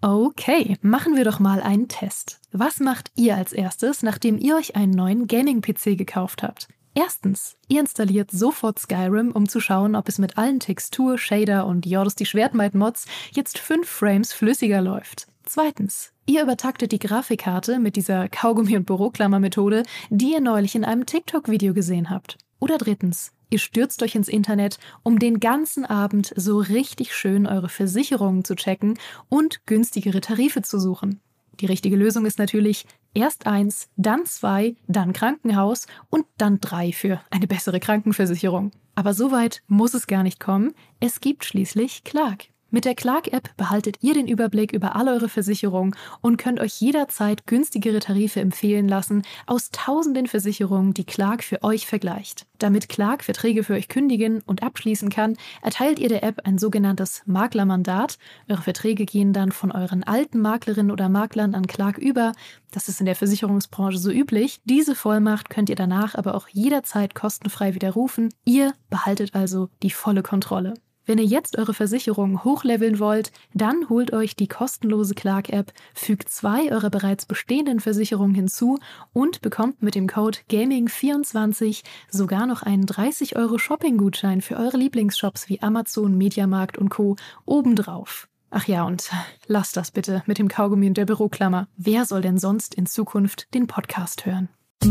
Okay, machen wir doch mal einen Test. Was macht ihr als erstes, nachdem ihr euch einen neuen Gaming-PC gekauft habt? Erstens, ihr installiert sofort Skyrim, um zu schauen, ob es mit allen Textur-, Shader- und Jordos die Schwertmaid-Mods jetzt 5 Frames flüssiger läuft. Zweitens, ihr übertaktet die Grafikkarte mit dieser Kaugummi- und Büroklammer-Methode, die ihr neulich in einem TikTok-Video gesehen habt. Oder drittens, ihr stürzt euch ins Internet, um den ganzen Abend so richtig schön eure Versicherungen zu checken und günstigere Tarife zu suchen. Die richtige Lösung ist natürlich erst 1, dann 2, dann Krankenhaus und dann 3 für eine bessere Krankenversicherung. Aber so weit muss es gar nicht kommen. Es gibt schließlich Clark. Mit der Clark-App behaltet ihr den Überblick über all eure Versicherungen und könnt euch jederzeit günstigere Tarife empfehlen lassen aus tausenden Versicherungen, die Clark für euch vergleicht. Damit Clark Verträge für euch kündigen und abschließen kann, erteilt ihr der App ein sogenanntes Maklermandat. Eure Verträge gehen dann von euren alten Maklerinnen oder Maklern an Clark über. Das ist in der Versicherungsbranche so üblich. Diese Vollmacht könnt ihr danach aber auch jederzeit kostenfrei widerrufen. Ihr behaltet also die volle Kontrolle. Wenn ihr jetzt eure Versicherung hochleveln wollt, dann holt euch die kostenlose Clark-App, fügt 2 eurer bereits bestehenden Versicherungen hinzu und bekommt mit dem Code GAMING24 sogar noch einen 30 € Shopping-Gutschein für eure Lieblingsshops wie Amazon, Mediamarkt und Co. obendrauf. Ach ja, und lasst das bitte mit dem Kaugummi und der Büroklammer. Wer soll denn sonst in Zukunft den Podcast hören?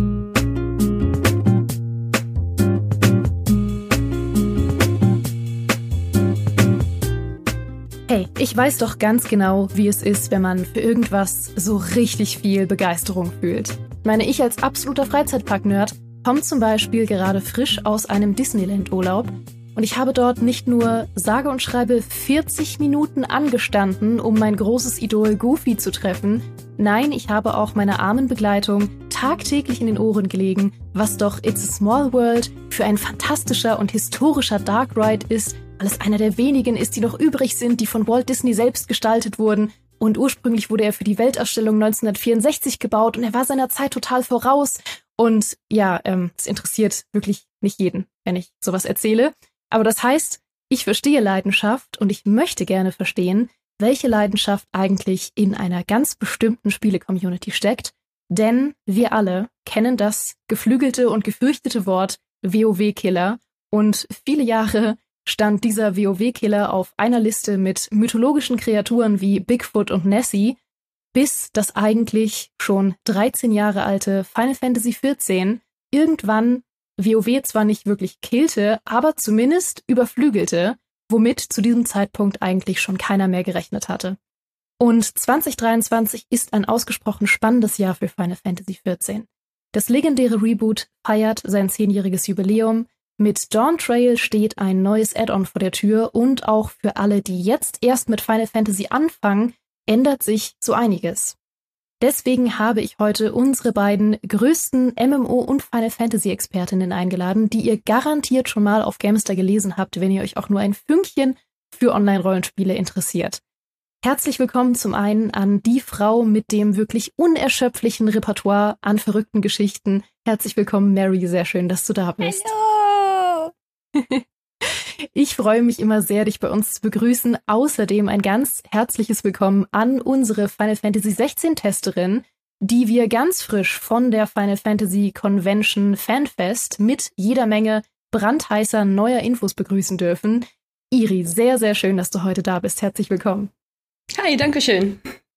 Hey, ich weiß doch ganz genau, wie es ist, wenn man für irgendwas so richtig viel Begeisterung fühlt. Ich als absoluter Freizeitpark-Nerd komme zum Beispiel gerade frisch aus einem Disneyland-Urlaub und ich habe dort nicht nur sage und schreibe 40 Minuten angestanden, um mein großes Idol Goofy zu treffen. Nein, ich habe auch meiner armen Begleitung tagtäglich in den Ohren gelegen, was doch It's a Small World für ein fantastischer und historischer Dark Ride ist, weil es einer der wenigen ist, die noch übrig sind, die von Walt Disney selbst gestaltet wurden. Und ursprünglich wurde er für die Weltausstellung 1964 gebaut und er war seiner Zeit total voraus. Und ja, es interessiert wirklich nicht jeden, wenn ich sowas erzähle. Aber das heißt, ich verstehe Leidenschaft und ich möchte gerne verstehen, welche Leidenschaft eigentlich in einer ganz bestimmten Spiele-Community steckt. Denn wir alle kennen das geflügelte und gefürchtete Wort WoW-Killer und viele Jahre stand dieser WoW-Killer auf einer Liste mit mythologischen Kreaturen wie Bigfoot und Nessie, bis das eigentlich schon 13 Jahre alte Final Fantasy XIV irgendwann WoW zwar nicht wirklich killte, aber zumindest überflügelte, womit zu diesem Zeitpunkt eigentlich schon keiner mehr gerechnet hatte. Und 2023 ist ein ausgesprochen spannendes Jahr für Final Fantasy XIV. Das legendäre Reboot feiert sein 10-jähriges Jubiläum. Mit Dawn Trail steht ein neues Add-on vor der Tür und auch für alle, die jetzt erst mit Final Fantasy anfangen, ändert sich so einiges. Deswegen habe ich heute unsere beiden größten MMO- und Final Fantasy-Expertinnen eingeladen, die ihr garantiert schon mal auf Gamestar gelesen habt, wenn ihr euch auch nur ein Fünkchen für Online-Rollenspiele interessiert. Herzlich willkommen zum einen an die Frau mit dem wirklich unerschöpflichen Repertoire an verrückten Geschichten. Herzlich willkommen, Mary. Sehr schön, dass du da bist. Hallo! Ich freue mich immer sehr, dich bei uns zu begrüßen. Außerdem ein ganz herzliches Willkommen an unsere Final Fantasy 16 Testerin, die wir ganz frisch von der Final Fantasy Convention Fanfest mit jeder Menge brandheißer neuer Infos begrüßen dürfen. Iri, sehr, sehr schön, dass du heute da bist. Herzlich willkommen. Hi, danke schön.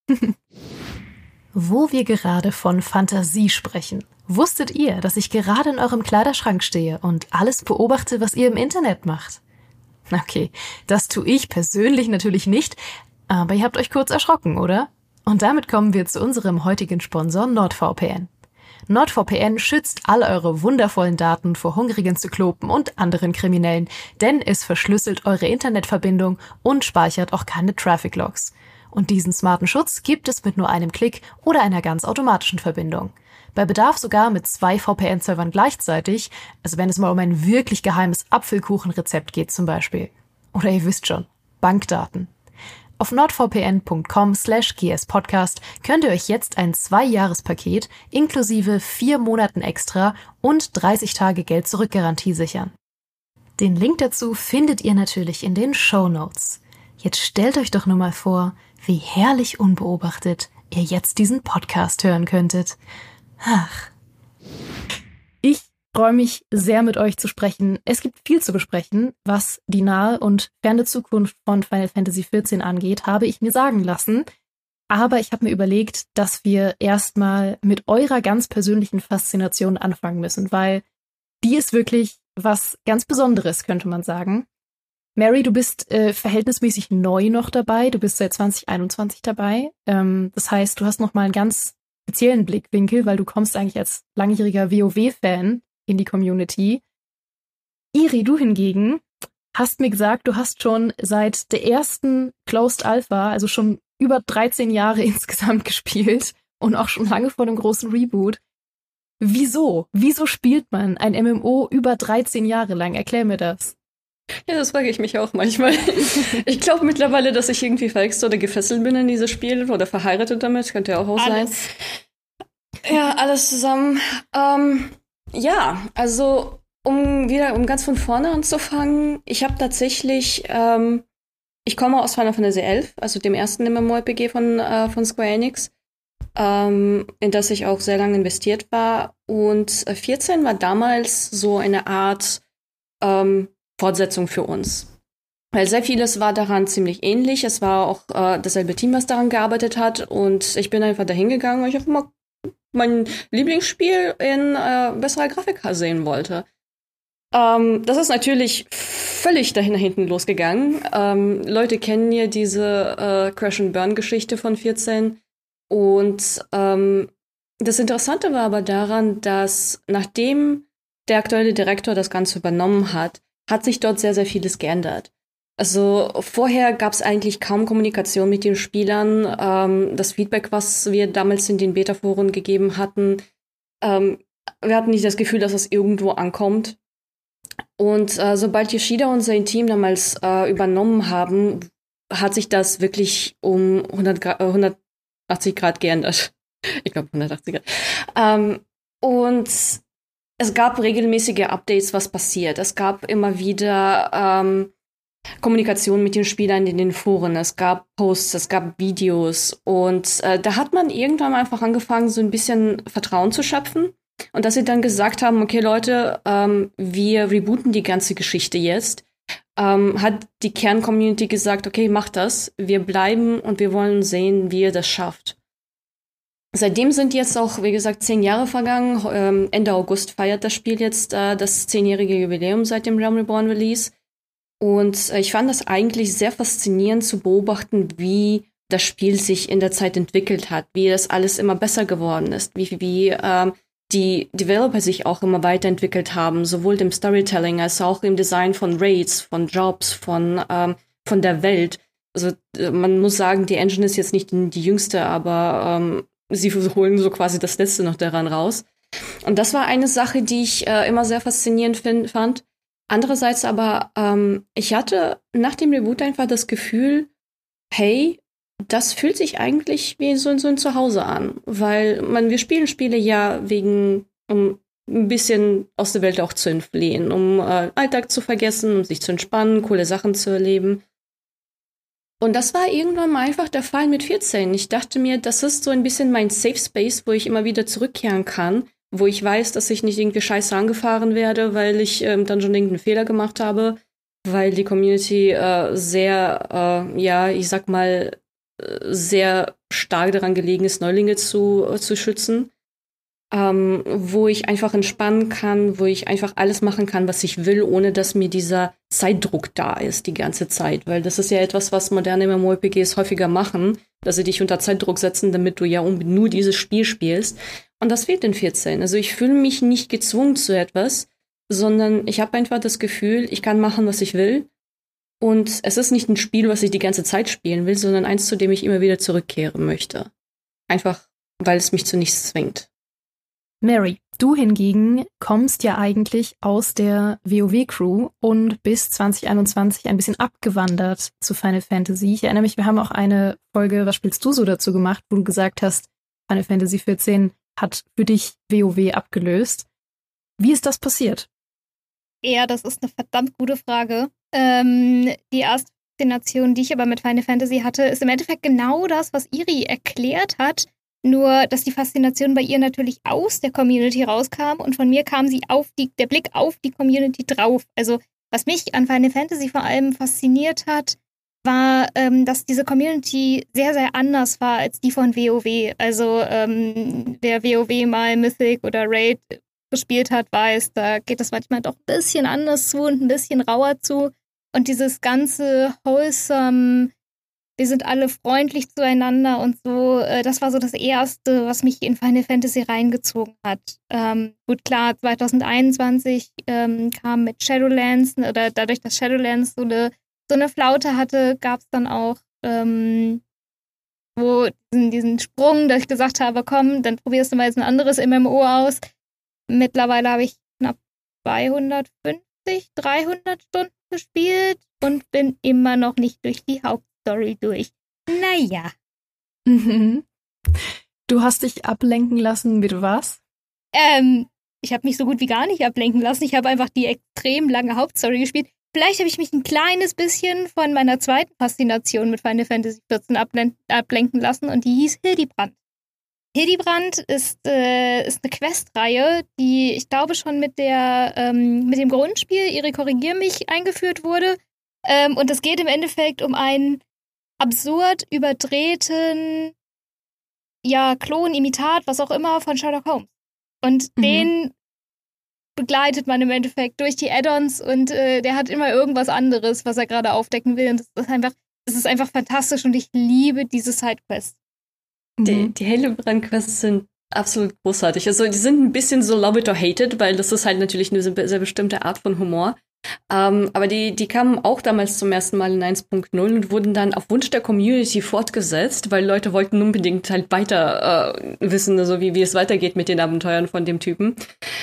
Wo wir gerade von Fantasie sprechen, wusstet ihr, dass ich gerade in eurem Kleiderschrank stehe und alles beobachte, was ihr im Internet macht? Okay, das tue ich persönlich natürlich nicht, aber ihr habt euch kurz erschrocken, oder? Und damit kommen wir zu unserem heutigen Sponsor NordVPN. NordVPN schützt all eure wundervollen Daten vor hungrigen Zyklopen und anderen Kriminellen, denn es verschlüsselt eure Internetverbindung und speichert auch keine Traffic Logs. Und diesen smarten Schutz gibt es mit nur einem Klick oder einer ganz automatischen Verbindung. Bei Bedarf sogar mit 2 VPN-Servern gleichzeitig, also wenn es mal um ein wirklich geheimes Apfelkuchenrezept geht zum Beispiel. Oder ihr wisst schon, Bankdaten. Auf nordvpn.com/gspodcast könnt ihr euch jetzt ein 2-Jahres-Paket inklusive 4 Monaten extra und 30 Tage Geld-Zurück-Garantie sichern. Den Link dazu findet ihr natürlich in den Shownotes. Jetzt stellt euch doch nur mal vor, wie herrlich unbeobachtet ihr jetzt diesen Podcast hören könntet. Ach. Ich freue mich sehr, mit euch zu sprechen. Es gibt viel zu besprechen, was die nahe und ferne Zukunft von Final Fantasy XIV angeht, habe ich mir sagen lassen. Aber ich habe mir überlegt, dass wir erstmal mit eurer ganz persönlichen Faszination anfangen müssen, weil die ist wirklich was ganz Besonderes, könnte man sagen. Mary, du bist verhältnismäßig neu noch dabei. Du bist seit 2021 dabei. Das heißt, du hast noch mal einen ganz speziellen Blickwinkel, weil du kommst eigentlich als langjähriger WoW-Fan in die Community. Iri, du hingegen hast mir gesagt, du hast schon seit der ersten Closed Alpha, also schon über 13 Jahre insgesamt gespielt und auch schon lange vor dem großen Reboot. Wieso? Wieso spielt man ein MMO über 13 Jahre lang? Erklär mir das. Ja, das frage ich mich auch manchmal. Ich glaube mittlerweile, dass ich irgendwie verhext oder gefesselt bin in dieses Spiel oder verheiratet damit, könnte ja auch sein. Ja, alles zusammen. Ja, also um ganz von vorne anzufangen, ich habe tatsächlich, ich komme aus Final Fantasy XI, also dem ersten MMORPG von Square Enix, in das ich auch sehr lange investiert war. Und 14 war damals so eine Art Fortsetzung für uns. Weil sehr vieles war daran ziemlich ähnlich. Es war auch dasselbe Team, was daran gearbeitet hat. Und ich bin einfach dahin gegangen, weil ich einfach mal mein Lieblingsspiel in besserer Grafik sehen wollte. Das ist natürlich völlig hinten losgegangen. Leute kennen ja diese Crash-and-Burn-Geschichte von 14. Und das Interessante war aber daran, dass nachdem der aktuelle Direktor das Ganze übernommen hat sich dort sehr, sehr vieles geändert. Also vorher gab es eigentlich kaum Kommunikation mit den Spielern. Das Feedback, was wir damals in den Beta-Foren gegeben hatten, wir hatten nicht das Gefühl, dass es irgendwo ankommt. Und sobald Yoshida und sein Team damals übernommen haben, hat sich das wirklich um 180 Grad geändert. Ich glaube 180 Grad. Und es gab regelmäßige Updates, was passiert. Es gab immer wieder Kommunikation mit den Spielern in den Foren. Es gab Posts, es gab Videos. Und da hat man irgendwann einfach angefangen, so ein bisschen Vertrauen zu schöpfen. Und dass sie dann gesagt haben, okay, Leute, wir rebooten die ganze Geschichte jetzt. Hat die Kern-Community gesagt, okay, macht das. Wir bleiben und wir wollen sehen, wie ihr das schafft. Seitdem sind jetzt auch, wie gesagt, 10 Jahre vergangen. Ende August feiert das Spiel jetzt das 10-jährige Jubiläum seit dem Realm Reborn Release. Und ich fand das eigentlich sehr faszinierend zu beobachten, wie das Spiel sich in der Zeit entwickelt hat, wie das alles immer besser geworden ist, wie die Developer sich auch immer weiterentwickelt haben, sowohl im Storytelling als auch im Design von Raids, von Jobs, von der Welt. Also man muss sagen, die Engine ist jetzt nicht die jüngste, aber sie holen so quasi das Letzte noch daran raus. Und das war eine Sache, die ich immer sehr faszinierend fand. Andererseits aber, ich hatte nach dem Reboot einfach das Gefühl, hey, das fühlt sich eigentlich wie so ein Zuhause an. Weil wir spielen Spiele ja um ein bisschen aus der Welt auch zu entfliehen, um Alltag zu vergessen, um sich zu entspannen, coole Sachen zu erleben. Und das war irgendwann mal einfach der Fall mit 14. Ich dachte mir, das ist so ein bisschen mein Safe Space, wo ich immer wieder zurückkehren kann, wo ich weiß, dass ich nicht irgendwie scheiße angefahren werde, weil ich dann schon irgendeinen Fehler gemacht habe, weil die Community sehr, ich sag mal, sehr stark daran gelegen ist, Neulinge zu schützen. Wo ich einfach entspannen kann, wo ich einfach alles machen kann, was ich will, ohne dass mir dieser Zeitdruck da ist die ganze Zeit. Weil das ist ja etwas, was moderne MMORPGs häufiger machen, dass sie dich unter Zeitdruck setzen, damit du ja nur dieses Spiel spielst. Und das fehlt in 14. Also ich fühle mich nicht gezwungen zu etwas, sondern ich habe einfach das Gefühl, ich kann machen, was ich will. Und es ist nicht ein Spiel, was ich die ganze Zeit spielen will, sondern eins, zu dem ich immer wieder zurückkehren möchte. Einfach, weil es mich zu nichts zwingt. Mary, du hingegen kommst ja eigentlich aus der WoW-Crew und bist 2021 ein bisschen abgewandert zu Final Fantasy. Ich erinnere mich, wir haben auch eine Folge, was spielst du so dazu gemacht, wo du gesagt hast, Final Fantasy 14 hat für dich WoW abgelöst. Wie ist das passiert? Ja, das ist eine verdammt gute Frage. Die erste Faszination, die ich aber mit Final Fantasy hatte, ist im Endeffekt genau das, was Iri erklärt hat. Nur, dass die Faszination bei ihr natürlich aus der Community rauskam und von mir kam sie der Blick auf die Community drauf. Also, was mich an Final Fantasy vor allem fasziniert hat, war, dass diese Community sehr, sehr anders war als die von WoW. Also, wer WoW mal Mythic oder Raid gespielt hat, weiß, da geht das manchmal doch ein bisschen anders zu und ein bisschen rauer zu. Und dieses ganze wholesome, wir sind alle freundlich zueinander und so, das war so das Erste, was mich in Final Fantasy reingezogen hat. Gut, klar, 2021 kam mit Shadowlands, oder dadurch, dass Shadowlands so eine Flaute hatte, gab es dann auch wo diesen Sprung, dass ich gesagt habe, komm, dann probierst du mal jetzt ein anderes MMO aus. Mittlerweile habe ich knapp 250, 300 Stunden gespielt und bin immer noch nicht durch die Hauptstory durch. Naja. Mhm. Du hast dich ablenken lassen mit was? Ich habe mich so gut wie gar nicht ablenken lassen. Ich habe einfach die extrem lange Hauptstory gespielt. Vielleicht habe ich mich ein kleines bisschen von meiner zweiten Faszination mit Final Fantasy XIV ablenken lassen und die hieß Hildibrand. Hildibrand ist eine Questreihe, die ich glaube schon mit dem Grundspiel, Iri, korrigier mich, eingeführt wurde. Und es geht im Endeffekt um einen absurd überdrehten, ja, Klon, Imitat, was auch immer, von Sherlock Holmes. Und den begleitet man im Endeffekt durch die Add-ons und der hat immer irgendwas anderes, was er gerade aufdecken will. Und es ist einfach fantastisch und ich liebe diese Sidequests. Die Hildebrand-Quests sind absolut großartig. Also die sind ein bisschen so love it or hate it, weil das ist halt natürlich eine sehr bestimmte Art von Humor. Aber die kamen auch damals zum ersten Mal in 1.0 und wurden dann auf Wunsch der Community fortgesetzt, weil Leute wollten unbedingt halt weiter wissen, also wie es weitergeht mit den Abenteuern von dem Typen.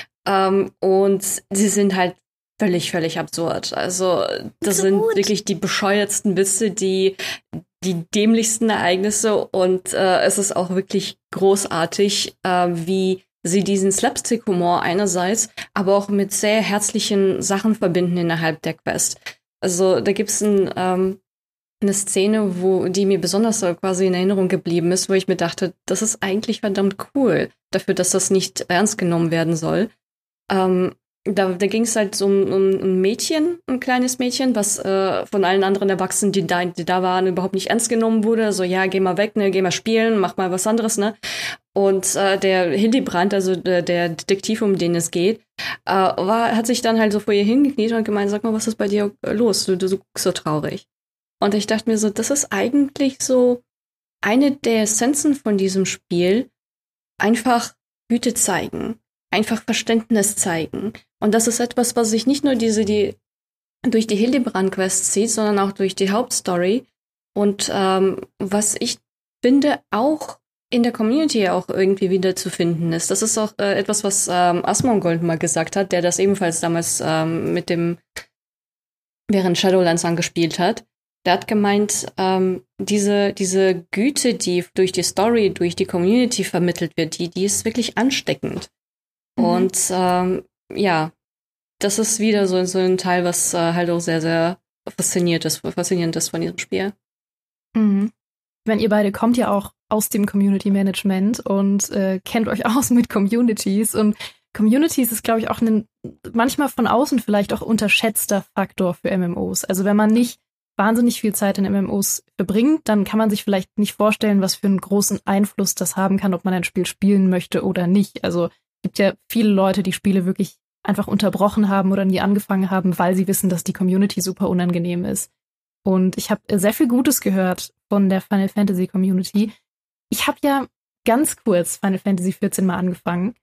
Und sie sind halt völlig absurd. Also das sind wirklich die bescheuertsten Witze, die dämlichsten Ereignisse und es ist auch wirklich großartig, wie sie diesen Slapstick-Humor einerseits, aber auch mit sehr herzlichen Sachen verbinden innerhalb der Quest. Also da gibt's eine Szene, die mir besonders quasi in Erinnerung geblieben ist, wo ich mir dachte, das ist eigentlich verdammt cool, dafür, dass das nicht ernst genommen werden soll. Da ging es halt so um ein Mädchen, ein kleines Mädchen, was von allen anderen Erwachsenen, die da waren, überhaupt nicht ernst genommen wurde. So, ja, geh mal weg, ne, geh mal spielen, mach mal was anderes, ne. Und der Hildebrand, also der Detektiv, um den es geht, hat sich dann halt so vor ihr hingekniet und gemeint, sag mal, was ist bei dir los? Du guckst so traurig. Und ich dachte mir so, das ist eigentlich so eine der Essenzen von diesem Spiel, einfach Güte zeigen. Einfach Verständnis zeigen. Und das ist etwas, was sich nicht nur durch die Hildebrand-Quest zieht, sondern auch durch die Hauptstory. Und was ich finde, auch in der Community auch irgendwie wieder zu finden ist. Das ist auch etwas, was Asmongold mal gesagt hat, der das ebenfalls damals während Shadowlands angespielt hat. Der hat gemeint, diese Güte, die durch die Story, durch die Community vermittelt wird, die ist wirklich ansteckend. Und ja, das ist wieder so ein Teil, was halt auch sehr, sehr faszinierend ist von diesem Spiel. Mhm. Ich meine, ihr beide kommt ja auch aus dem Community Management und kennt euch aus mit Communities. Und Communities ist, glaube ich, auch ein manchmal von außen vielleicht auch unterschätzter Faktor für MMOs. Also wenn man nicht wahnsinnig viel Zeit in MMOs verbringt, dann kann man sich vielleicht nicht vorstellen, was für einen großen Einfluss das haben kann, ob man ein Spiel spielen möchte oder nicht. Also es gibt ja viele Leute, die Spiele wirklich einfach unterbrochen haben oder nie angefangen haben, weil sie wissen, dass die Community super unangenehm ist. Und ich habe sehr viel Gutes gehört von der Final Fantasy Community. Ich habe ja ganz kurz Final Fantasy XIV mal angefangen.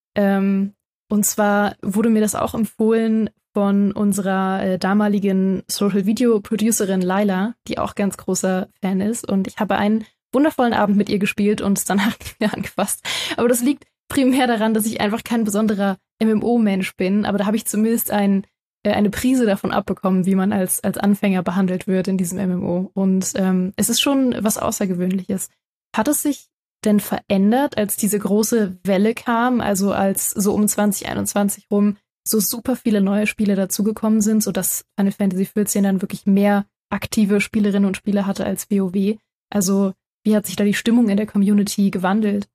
Und zwar wurde mir das auch empfohlen von unserer damaligen Social Video Producerin Laila, die auch ganz großer Fan ist. Und ich habe einen wundervollen Abend mit ihr gespielt und es danach nicht mehr angefasst. Aber das liegt primär daran, dass ich einfach kein besonderer MMO-Mensch bin, aber da habe ich zumindest eine Prise davon abbekommen, wie man als Anfänger behandelt wird in diesem MMO. Und es ist schon was Außergewöhnliches. Hat es sich denn verändert, als diese große Welle kam, also als so um 2021 rum so super viele neue Spiele dazugekommen sind, sodass Final Fantasy XIV dann wirklich mehr aktive Spielerinnen und Spieler hatte als WoW. Also wie hat sich da die Stimmung in der Community gewandelt?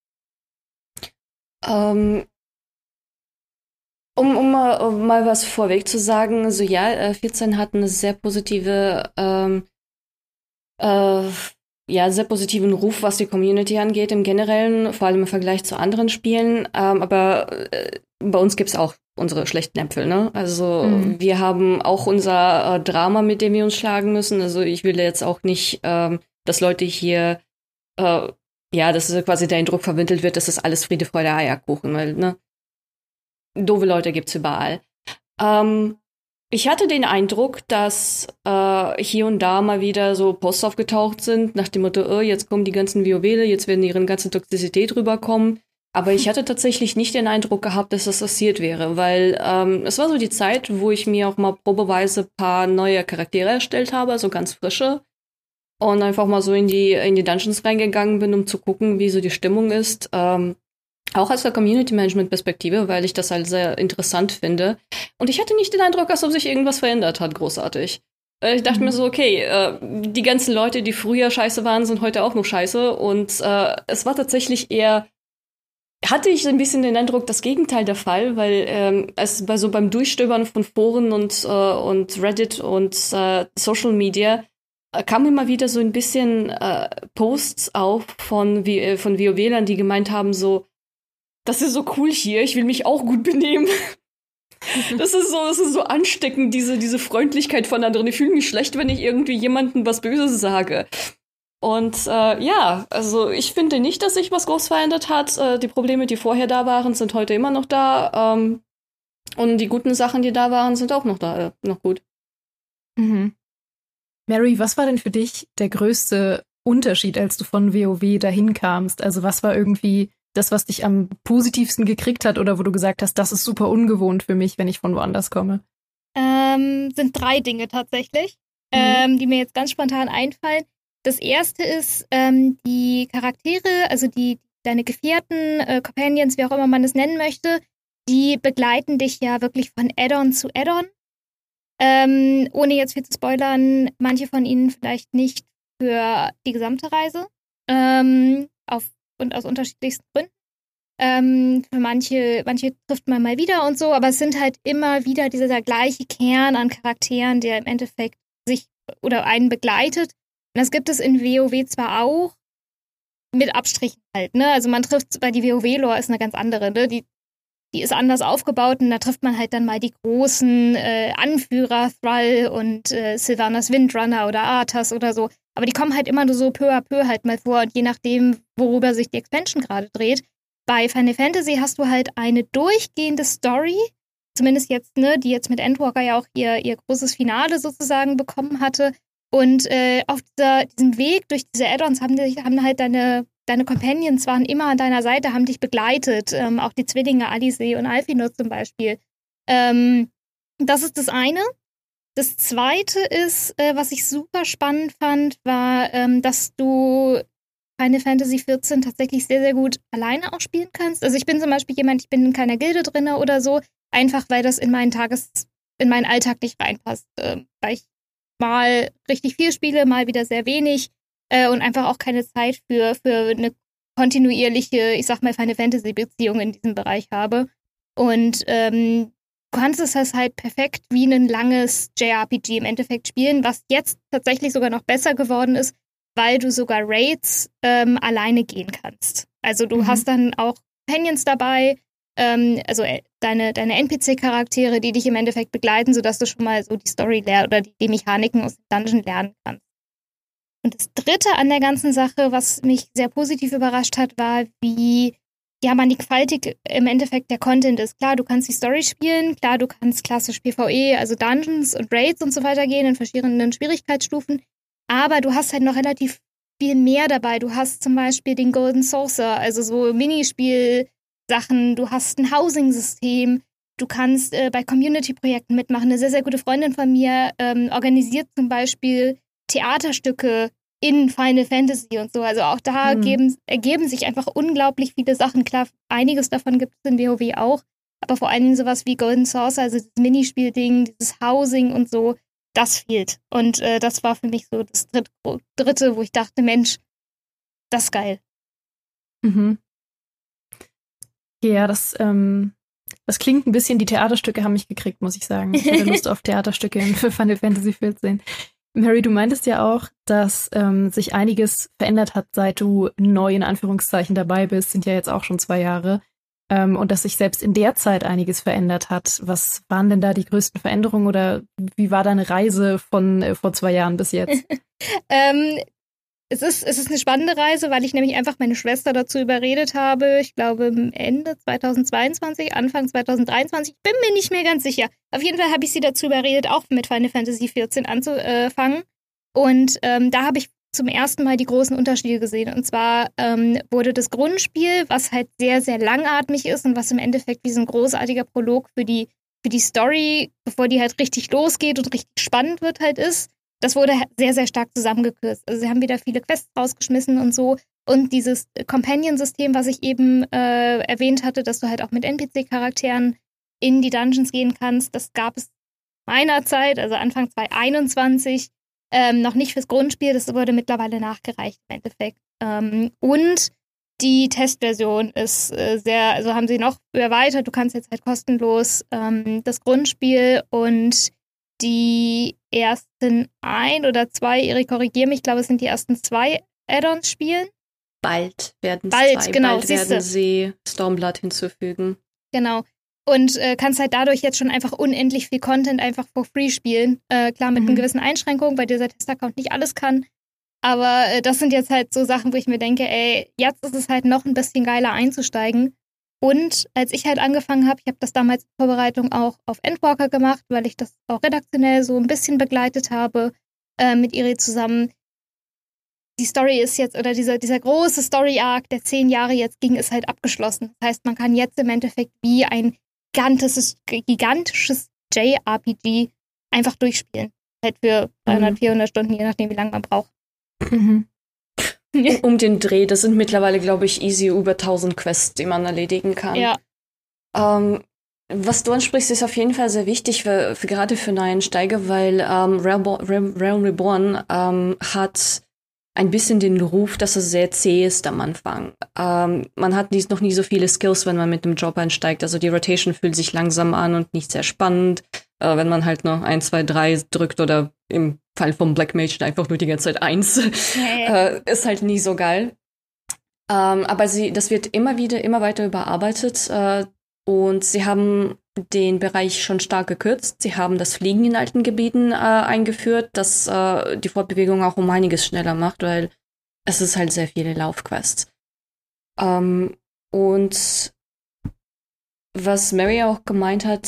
Um mal was vorweg zu sagen, so ja, 14 hat eine sehr positive, sehr positiven Ruf, was die Community angeht im Generellen, vor allem im Vergleich zu anderen Spielen. Aber bei uns gibt's auch unsere schlechten Äpfel, ne? Also wir haben auch unser Drama, mit dem wir uns schlagen müssen. Also ich will jetzt auch nicht, dass Leute hier, dass quasi der Eindruck vermittelt wird, dass das alles Friede, Freude, Eierkuchen, weil, ne? Doofe Leute gibt's überall. Ich hatte den Eindruck, dass hier und da mal wieder so Posts aufgetaucht sind, nach dem Motto, jetzt kommen die ganzen WoWler, jetzt werden ihre ganze Toxizität rüberkommen. Aber ich hatte tatsächlich nicht den Eindruck gehabt, dass das passiert wäre, weil es war so die Zeit, wo ich mir auch mal probeweise ein paar neue Charaktere erstellt habe, also ganz frische. Und einfach mal so in die Dungeons reingegangen bin, um zu gucken, wie so die Stimmung ist. Auch aus der Community-Management-Perspektive, weil ich das halt sehr interessant finde. Und ich hatte nicht den Eindruck, als ob sich irgendwas verändert hat, großartig. Ich dachte mir so, okay, die ganzen Leute, die früher scheiße waren, sind heute auch noch scheiße. Und es war tatsächlich hatte ich ein bisschen den Eindruck, das Gegenteil der Fall, weil es beim Durchstöbern von Foren und Reddit und Social Media kam immer wieder so ein bisschen Posts auf von WoWlern, die gemeint haben so, das ist so cool hier, ich will mich auch gut benehmen. Das ist so ansteckend, diese Freundlichkeit von anderen. Ich fühle mich schlecht, wenn ich irgendwie jemandem was Böses sage. Und also ich finde nicht, dass sich was groß verändert hat. Die Probleme, die vorher da waren, sind heute immer noch da. Und die guten Sachen, die da waren, sind auch noch da, noch gut. Mhm. Mary, was war denn für dich der größte Unterschied, als du von WoW dahin kamst? Also was war irgendwie das, was dich am positivsten gekriegt hat oder wo du gesagt hast, das ist super ungewohnt für mich, wenn ich von woanders komme? Sind 3 Dinge tatsächlich, die mir jetzt ganz spontan einfallen. Das erste ist, die Charaktere, also deine Gefährten, Companions, wie auch immer man es nennen möchte, die begleiten dich ja wirklich von Add-on zu Add-on. Ohne jetzt viel zu spoilern, manche von ihnen vielleicht nicht für die gesamte Reise. Und aus unterschiedlichsten Gründen. Für manche trifft man mal wieder und so, aber es sind halt immer wieder dieser gleiche Kern an Charakteren, der im Endeffekt einen begleitet. Und das gibt es in WoW zwar auch, mit Abstrichen halt, ne? Also man trifft, weil die WoW-Lore ist eine ganz andere, ne? Die ist anders aufgebaut und da trifft man halt dann mal die großen Anführer, Thrall und Sylvanas Windrunner oder Arthas oder so. Aber die kommen halt immer nur so peu à peu halt mal vor und je nachdem, worüber sich die Expansion gerade dreht. Bei Final Fantasy hast du halt eine durchgehende Story, zumindest jetzt, ne, die jetzt mit Endwalker ja auch ihr großes Finale sozusagen bekommen hatte. Und auf diesem Weg durch diese Add-ons haben halt deine Companions waren immer an deiner Seite, haben dich begleitet. Auch die Zwillinge Alice und Alphinaud zum Beispiel. Das ist das eine. Das zweite ist, was ich super spannend fand, war, dass du Final Fantasy 14 tatsächlich sehr, sehr gut alleine auch spielen kannst. Also ich bin zum Beispiel jemand, ich bin in keiner Gilde drin oder so, einfach weil das in meinen Alltag nicht reinpasst. Weil ich mal richtig viel spiele, mal wieder sehr wenig und einfach auch keine Zeit für eine kontinuierliche, ich sag mal, Final Fantasy Beziehung in diesem Bereich habe. Und du kannst es halt perfekt wie ein langes JRPG im Endeffekt spielen, was jetzt tatsächlich sogar noch besser geworden ist, weil du sogar Raids alleine gehen kannst. Also du hast dann auch Companions dabei, also deine NPC-Charaktere, die dich im Endeffekt begleiten, sodass du schon mal so die Story oder die Mechaniken aus dem Dungeon lernen kannst. Und das Dritte an der ganzen Sache, was mich sehr positiv überrascht hat, war, wie mannigfaltig im Endeffekt der Content ist. Klar, du kannst die Story spielen, klar, du kannst klassisch PvE, also Dungeons und Raids und so weiter gehen in verschiedenen Schwierigkeitsstufen, aber du hast halt noch relativ viel mehr dabei. Du hast zum Beispiel den Golden Saucer, also so Minispiel-Sachen, du hast ein Housing-System, du kannst bei Community-Projekten mitmachen. Eine sehr, sehr gute Freundin von mir organisiert zum Beispiel Theaterstücke in Final Fantasy und so. Also auch da ergeben sich einfach unglaublich viele Sachen. Klar, einiges davon gibt es in WoW auch, aber vor allen Dingen sowas wie Golden Saucer, also das Minispiel-Ding, dieses Housing und so, das fehlt. Und das war für mich so das dritte, wo ich dachte, Mensch, das ist geil. Mhm. Ja, das klingt ein bisschen, die Theaterstücke haben mich gekriegt, muss ich sagen. Ich hatte Lust auf Theaterstücke für Final Fantasy 14. Mary, du meintest ja auch, dass sich einiges verändert hat, seit du neu in Anführungszeichen dabei bist, sind ja jetzt auch schon 2 Jahre. Und dass sich selbst in der Zeit einiges verändert hat. Was waren denn da die größten Veränderungen oder wie war deine Reise von vor 2 Jahren bis jetzt? Es ist eine spannende Reise, weil ich nämlich einfach meine Schwester dazu überredet habe. Ich glaube Ende 2022, Anfang 2023. Ich bin mir nicht mehr ganz sicher. Auf jeden Fall habe ich sie dazu überredet, auch mit Final Fantasy 14 anzufangen. Und da habe ich zum ersten Mal die großen Unterschiede gesehen. Und zwar wurde das Grundspiel, was halt sehr, sehr langatmig ist und was im Endeffekt wie so ein großartiger Prolog für die Story, bevor die halt richtig losgeht und richtig spannend wird halt ist, das wurde sehr, sehr stark zusammengekürzt. Also sie haben wieder viele Quests rausgeschmissen und so. Und dieses Companion-System, was ich eben erwähnt hatte, dass du halt auch mit NPC-Charakteren in die Dungeons gehen kannst, das gab es meiner Zeit, also Anfang 2021, noch nicht fürs Grundspiel. Das wurde mittlerweile nachgereicht im Endeffekt. Und die Testversion ist also haben sie noch erweitert. Du kannst jetzt halt kostenlos das Grundspiel und die ersten 1 oder 2, Erik, korrigier mich, ich glaube, es sind die ersten 2 Add-ons spielen. Bald werden sie Stormblood hinzufügen. Genau. Und kannst halt dadurch jetzt schon einfach unendlich viel Content einfach for free spielen. Klar, mit einer gewissen Einschränkung, weil dieser Testaccount nicht alles kann. Aber das sind jetzt halt so Sachen, wo ich mir denke, ey, jetzt ist es halt noch ein bisschen geiler einzusteigen. Und als ich halt angefangen habe, ich habe das damals in Vorbereitung auch auf Endwalker gemacht, weil ich das auch redaktionell so ein bisschen begleitet habe mit Iri zusammen. Die Story ist jetzt, oder dieser große Story-Arc der 10 Jahre jetzt ging, ist halt abgeschlossen. Das heißt, man kann jetzt im Endeffekt wie ein gigantisches JRPG einfach durchspielen. Halt für 300, 400 Stunden, je nachdem, wie lange man braucht. Mhm. Um den Dreh, das sind mittlerweile, glaube ich, easy über 1000 Quests, die man erledigen kann. Ja. Was du ansprichst, ist auf jeden Fall sehr wichtig, gerade für Neueinsteiger, weil Realm Reborn hat ein bisschen den Ruf, dass es sehr zäh ist am Anfang. Man hat noch nie so viele Skills, wenn man mit einem Job einsteigt. Also die Rotation fühlt sich langsam an und nicht sehr spannend. Wenn man halt nur 1, 2, 3 drückt oder im Fall vom Black Mage einfach nur die ganze Zeit 1, ist halt nie so geil. Aber das wird immer weiter überarbeitet und sie haben den Bereich schon stark gekürzt. Sie haben das Fliegen in alten Gebieten eingeführt, das die Fortbewegung auch um einiges schneller macht, weil es ist halt sehr viele Laufquests. Und was Mary auch gemeint hat,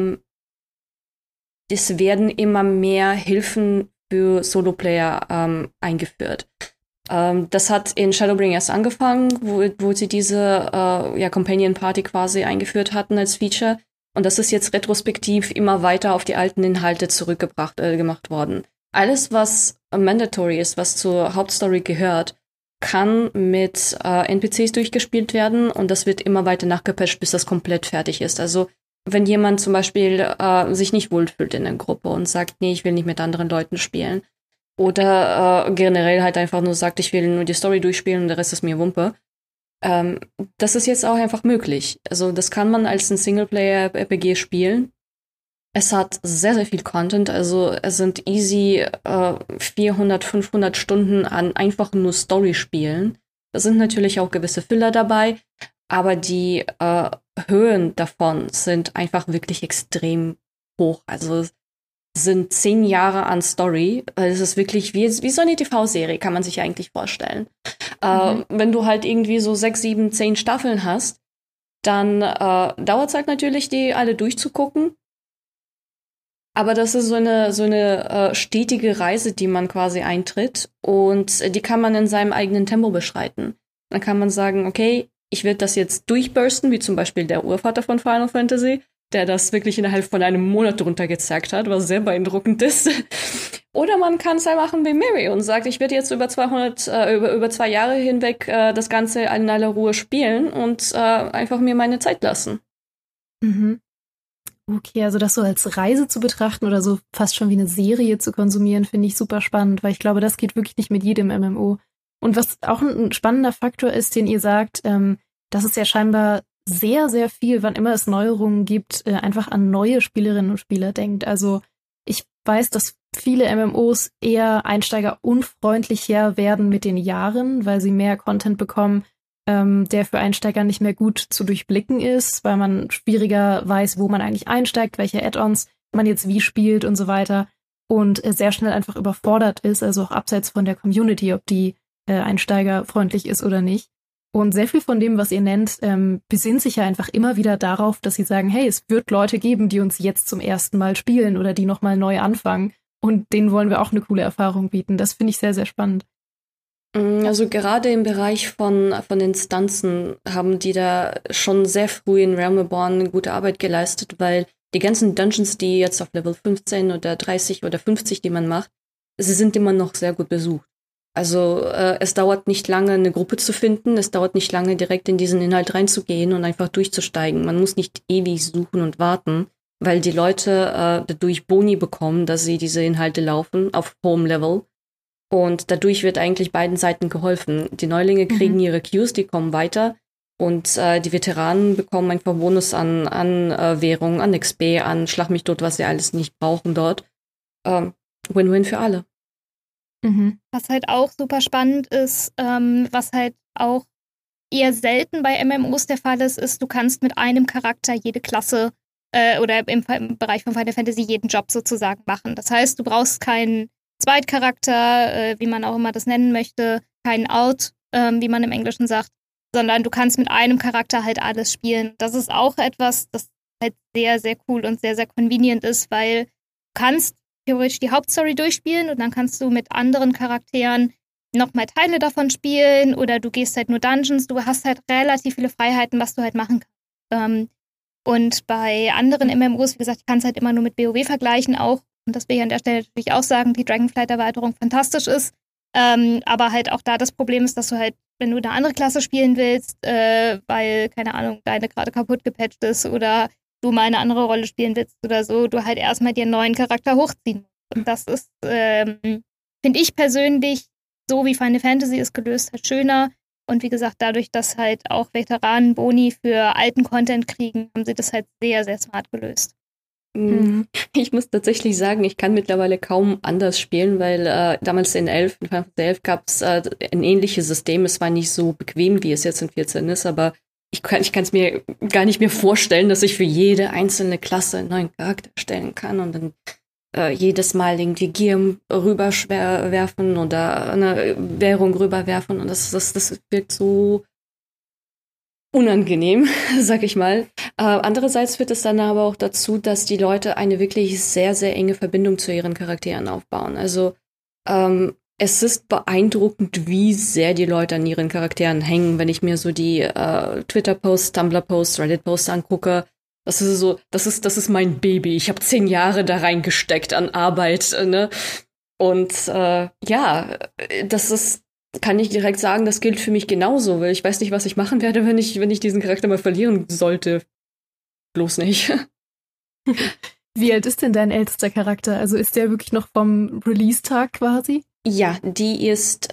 es werden immer mehr Hilfen für Solo-Player eingeführt. Das hat in Shadowbring erst angefangen, wo sie diese Companion-Party quasi eingeführt hatten als Feature. Und das ist jetzt retrospektiv immer weiter auf die alten Inhalte gemacht worden. Alles, was mandatory ist, was zur Hauptstory gehört, kann mit NPCs durchgespielt werden und das wird immer weiter nachgepatcht, bis das komplett fertig ist. Also wenn jemand zum Beispiel sich nicht wohlfühlt in der Gruppe und sagt, nee, ich will nicht mit anderen Leuten spielen oder generell halt einfach nur sagt, ich will nur die Story durchspielen und der Rest ist mir Wumpe, das ist jetzt auch einfach möglich. Also das kann man als ein Singleplayer-RPG spielen. Es hat sehr, sehr viel Content, also es sind easy 400, 500 Stunden an einfach nur Story-Spielen. Da sind natürlich auch gewisse Filler dabei, aber die Höhen davon sind einfach wirklich extrem hoch. Also es sind 10 Jahre an Story. Es ist wirklich wie so eine TV-Serie, kann man sich eigentlich vorstellen. Wenn du halt irgendwie so 6, 7, 10 Staffeln hast, dann dauert es halt natürlich, die alle durchzugucken. Aber das ist so eine stetige Reise, die man quasi eintritt und die kann man in seinem eigenen Tempo beschreiten. Dann kann man sagen, okay, ich werde das jetzt durchbursten, wie zum Beispiel der Urvater von Final Fantasy, der das wirklich innerhalb von einem Monat drunter gezackt hat, was sehr beeindruckend ist. Oder man kann es halt machen wie Mary und sagt, ich werde jetzt über 2 Jahre hinweg das Ganze in aller Ruhe spielen und einfach mir meine Zeit lassen. Mhm. Okay, also das so als Reise zu betrachten oder so fast schon wie eine Serie zu konsumieren, finde ich super spannend, weil ich glaube, das geht wirklich nicht mit jedem MMO. Und was auch ein spannender Faktor ist, den ihr sagt, dass es ja scheinbar sehr, sehr viel, wann immer es Neuerungen gibt, einfach an neue Spielerinnen und Spieler denkt. Also ich weiß, dass viele MMOs eher einsteigerunfreundlicher werden mit den Jahren, weil sie mehr Content bekommen, der für Einsteiger nicht mehr gut zu durchblicken ist, weil man schwieriger weiß, wo man eigentlich einsteigt, welche Add-ons man jetzt wie spielt und so weiter und sehr schnell einfach überfordert ist, also auch abseits von der Community, ob die einsteigerfreundlich ist oder nicht. Und sehr viel von dem, was ihr nennt, besinnt sich ja einfach immer wieder darauf, dass sie sagen, hey, es wird Leute geben, die uns jetzt zum ersten Mal spielen oder die nochmal neu anfangen und denen wollen wir auch eine coole Erfahrung bieten. Das finde ich sehr, sehr spannend. Also gerade im Bereich von Instanzen haben die da schon sehr früh in Realm Reborn eine gute Arbeit geleistet, weil die ganzen Dungeons, die jetzt auf Level 15 oder 30 oder 50, die man macht, sie sind immer noch sehr gut besucht. Also es dauert nicht lange, eine Gruppe zu finden, es dauert nicht lange, direkt in diesen Inhalt reinzugehen und einfach durchzusteigen. Man muss nicht ewig suchen und warten, weil die Leute dadurch Boni bekommen, dass sie diese Inhalte laufen auf hohem Level. Und dadurch wird eigentlich beiden Seiten geholfen. Die Neulinge kriegen ihre Queues, die kommen weiter. Und die Veteranen bekommen einfach Bonus an Währung, an XP, an Schlag mich tot, was sie alles nicht brauchen dort. Win-win für alle. Was halt auch super spannend ist, was halt auch eher selten bei MMOs der Fall ist, du kannst mit einem Charakter jede Klasse oder im Bereich von Final Fantasy jeden Job sozusagen machen. Das heißt, du brauchst keinen Zweitcharakter, wie man auch immer das nennen möchte, keinen Out, wie man im Englischen sagt, sondern du kannst mit einem Charakter halt alles spielen. Das ist auch etwas, das halt sehr, sehr cool und sehr, sehr convenient ist, weil du kannst theoretisch die Hauptstory durchspielen und dann kannst du mit anderen Charakteren nochmal Teile davon spielen oder du gehst halt nur Dungeons. Du hast halt relativ viele Freiheiten, was du halt machen kannst. Und bei anderen MMOs, wie gesagt, ich kann es halt immer nur mit WoW vergleichen auch. Und das will ich an der Stelle natürlich auch sagen, die Dragonflight-Erweiterung fantastisch ist. Aber halt auch da das Problem ist, dass du halt, wenn du eine andere Klasse spielen willst, weil, keine Ahnung, deine gerade kaputt gepatcht ist oder du mal eine andere Rolle spielen willst oder so, du halt erstmal dir einen neuen Charakter hochziehen musst. Und das ist, finde ich persönlich, so wie Final Fantasy es gelöst hat, schöner. Und wie gesagt, dadurch, dass halt auch Veteranen Boni für alten Content kriegen, haben sie das halt sehr, sehr smart gelöst. Ich muss tatsächlich sagen, ich kann mittlerweile kaum anders spielen, weil damals in Final Fantasy 11 gab es ein ähnliches System. Es war nicht so bequem, wie es jetzt in 14 ist, aber ich kann es mir gar nicht mehr vorstellen, dass ich für jede einzelne Klasse einen neuen Charakter stellen kann und dann jedes Mal irgendwie Gier rüberwerfen oder eine Währung rüberwerfen und das wirkt so unangenehm, sag ich mal. Andererseits führt es dann aber auch dazu, dass die Leute eine wirklich sehr, sehr enge Verbindung zu ihren Charakteren aufbauen. Also es ist beeindruckend, wie sehr die Leute an ihren Charakteren hängen, wenn ich mir so die Twitter-Posts, Tumblr-Posts, Reddit-Posts angucke. Das ist mein Baby. Ich habe 10 Jahre da reingesteckt an Arbeit, ne? Und kann ich direkt sagen, das gilt für mich genauso, weil ich weiß nicht, was ich machen werde, wenn ich diesen Charakter mal verlieren sollte. Bloß nicht. Wie alt ist denn dein ältester Charakter? Also ist der wirklich noch vom Release-Tag quasi? Ja, die ist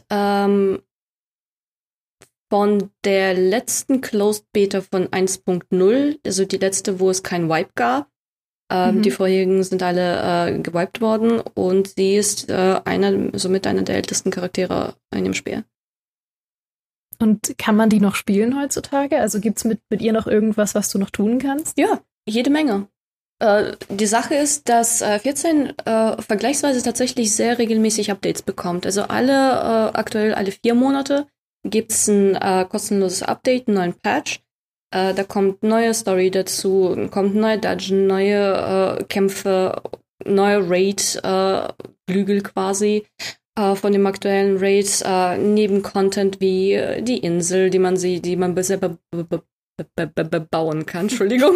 von der letzten Closed Beta von 1.0, also die letzte, wo es kein Wipe gab. Die vorherigen sind alle gewiped worden und sie ist somit einer der ältesten Charaktere in dem Spiel. Und kann man die noch spielen heutzutage? Also gibt's mit ihr noch irgendwas, was du noch tun kannst? Ja, jede Menge. Die Sache ist, dass 14 vergleichsweise tatsächlich sehr regelmäßig Updates bekommt. Also aktuell alle 4 Monate gibt's ein kostenloses Update, einen neuen Patch. Da kommt neue Story dazu, kommt ein neuer Dungeon, neue Kämpfe, neue Raid-Flügel quasi von dem aktuellen Raid, neben Content wie die Insel, die man selber bauen kann, Entschuldigung.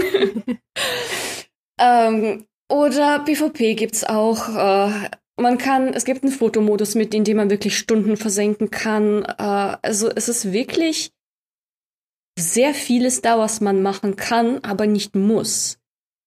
Oder PvP gibt's auch. Es gibt einen Fotomodus mit, in dem man wirklich Stunden versenken kann. Also es ist wirklich sehr vieles da, was man machen kann, aber nicht muss.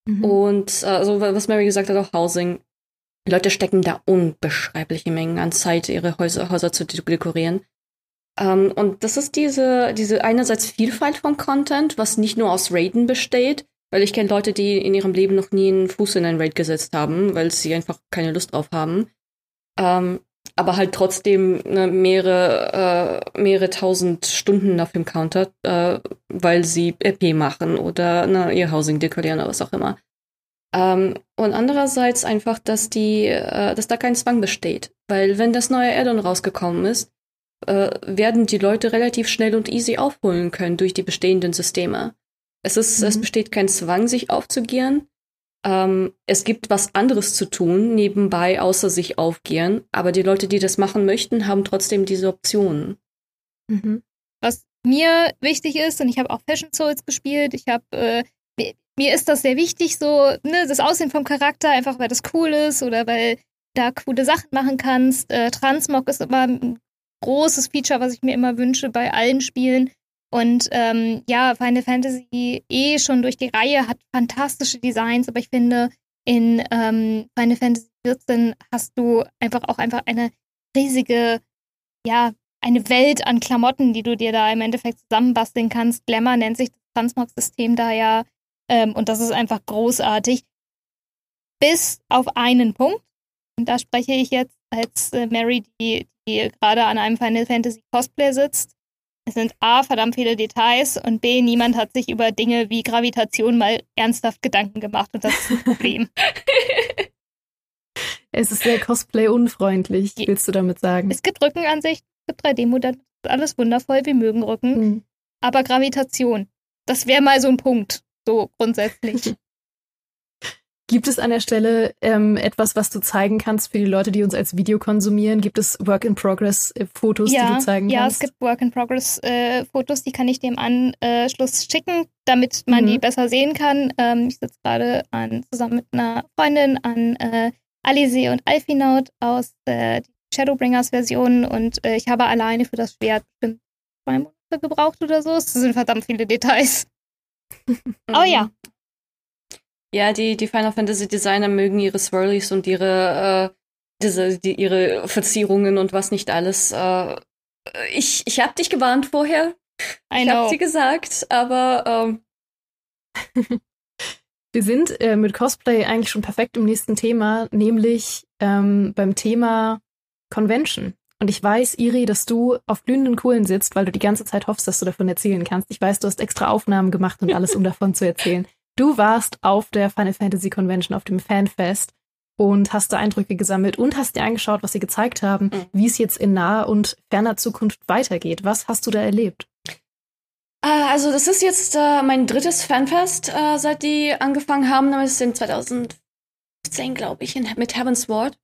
Und also was Mary gesagt hat, auch Housing. Die Leute stecken da unbeschreibliche Mengen an Zeit, ihre Häuser zu dekorieren. Und das ist diese einerseits Vielfalt von Content, was nicht nur aus Raiden besteht, weil ich kenne Leute, die in ihrem Leben noch nie einen Fuß in ein Raid gesetzt haben, weil sie einfach keine Lust drauf haben. Aber halt trotzdem mehrere tausend Stunden auf dem Counter, weil sie RP machen oder ihr Housing dekorieren oder was auch immer. Und andererseits einfach, dass da kein Zwang besteht. Weil wenn das neue Add-on rausgekommen ist, werden die Leute relativ schnell und easy aufholen können durch die bestehenden Systeme. Es besteht kein Zwang, sich aufzugieren. Es gibt was anderes zu tun nebenbei, außer sich aufgieren. Aber die Leute, die das machen möchten, haben trotzdem diese Optionen. Was mir wichtig ist, und ich habe auch Fashion Souls gespielt, mir ist das sehr wichtig, so, ne, das Aussehen vom Charakter, einfach weil das cool ist oder weil da coole Sachen machen kannst. Transmog ist immer ein großes Feature, was ich mir immer wünsche bei allen Spielen. Und Final Fantasy schon durch die Reihe hat fantastische Designs, aber ich finde, in Final Fantasy 14 hast du einfach eine riesige, eine Welt an Klamotten, die du dir da im Endeffekt zusammenbasteln kannst. Glamour nennt sich das Transmog-System da ja. Und das ist einfach großartig. Bis auf einen Punkt. Und da spreche ich jetzt als Mary, die gerade an einem Final Fantasy Cosplay sitzt. Es sind A, verdammt viele Details und B, niemand hat sich über Dinge wie Gravitation mal ernsthaft Gedanken gemacht und das ist ein Problem. Es ist sehr Cosplay-unfreundlich, willst du damit sagen? Es gibt Rückenansichten, es gibt 3D-Modelle, alles wundervoll, wir mögen Rücken. Aber Gravitation, das wäre mal so ein Punkt, so grundsätzlich. Gibt es an der Stelle etwas, was du zeigen kannst für die Leute, die uns als Video konsumieren? Gibt es Work-in-Progress-Fotos, die du zeigen kannst? Ja, es gibt Work-in-Progress-Fotos, die kann ich dir im Anschluss schicken, damit man die besser sehen kann. Ich sitze gerade zusammen mit einer Freundin an Alice und Alfinaut aus Shadowbringers-Version und ich habe alleine für das Schwert bestimmt 2 Monate gebraucht oder so. Es sind verdammt viele Details. Oh ja. Ja, die Final Fantasy Designer mögen ihre Swirlies und ihre Verzierungen und was nicht alles. Ich hab dich gewarnt vorher. Ich hab dir gesagt, aber wir sind mit Cosplay eigentlich schon perfekt im nächsten Thema, nämlich beim Thema Convention. Und ich weiß, Iri, dass du auf glühenden Kohlen sitzt, weil du die ganze Zeit hoffst, dass du davon erzählen kannst. Ich weiß, du hast extra Aufnahmen gemacht und alles, um davon zu erzählen. Du warst auf der Final Fantasy Convention, auf dem Fanfest und hast da Eindrücke gesammelt und hast dir angeschaut, was sie gezeigt haben, wie es jetzt in naher und ferner Zukunft weitergeht. Was hast du da erlebt? Also das ist jetzt mein 3. Fanfest, seit die angefangen haben. Das ist in 2015, glaube ich, mit Heavensward.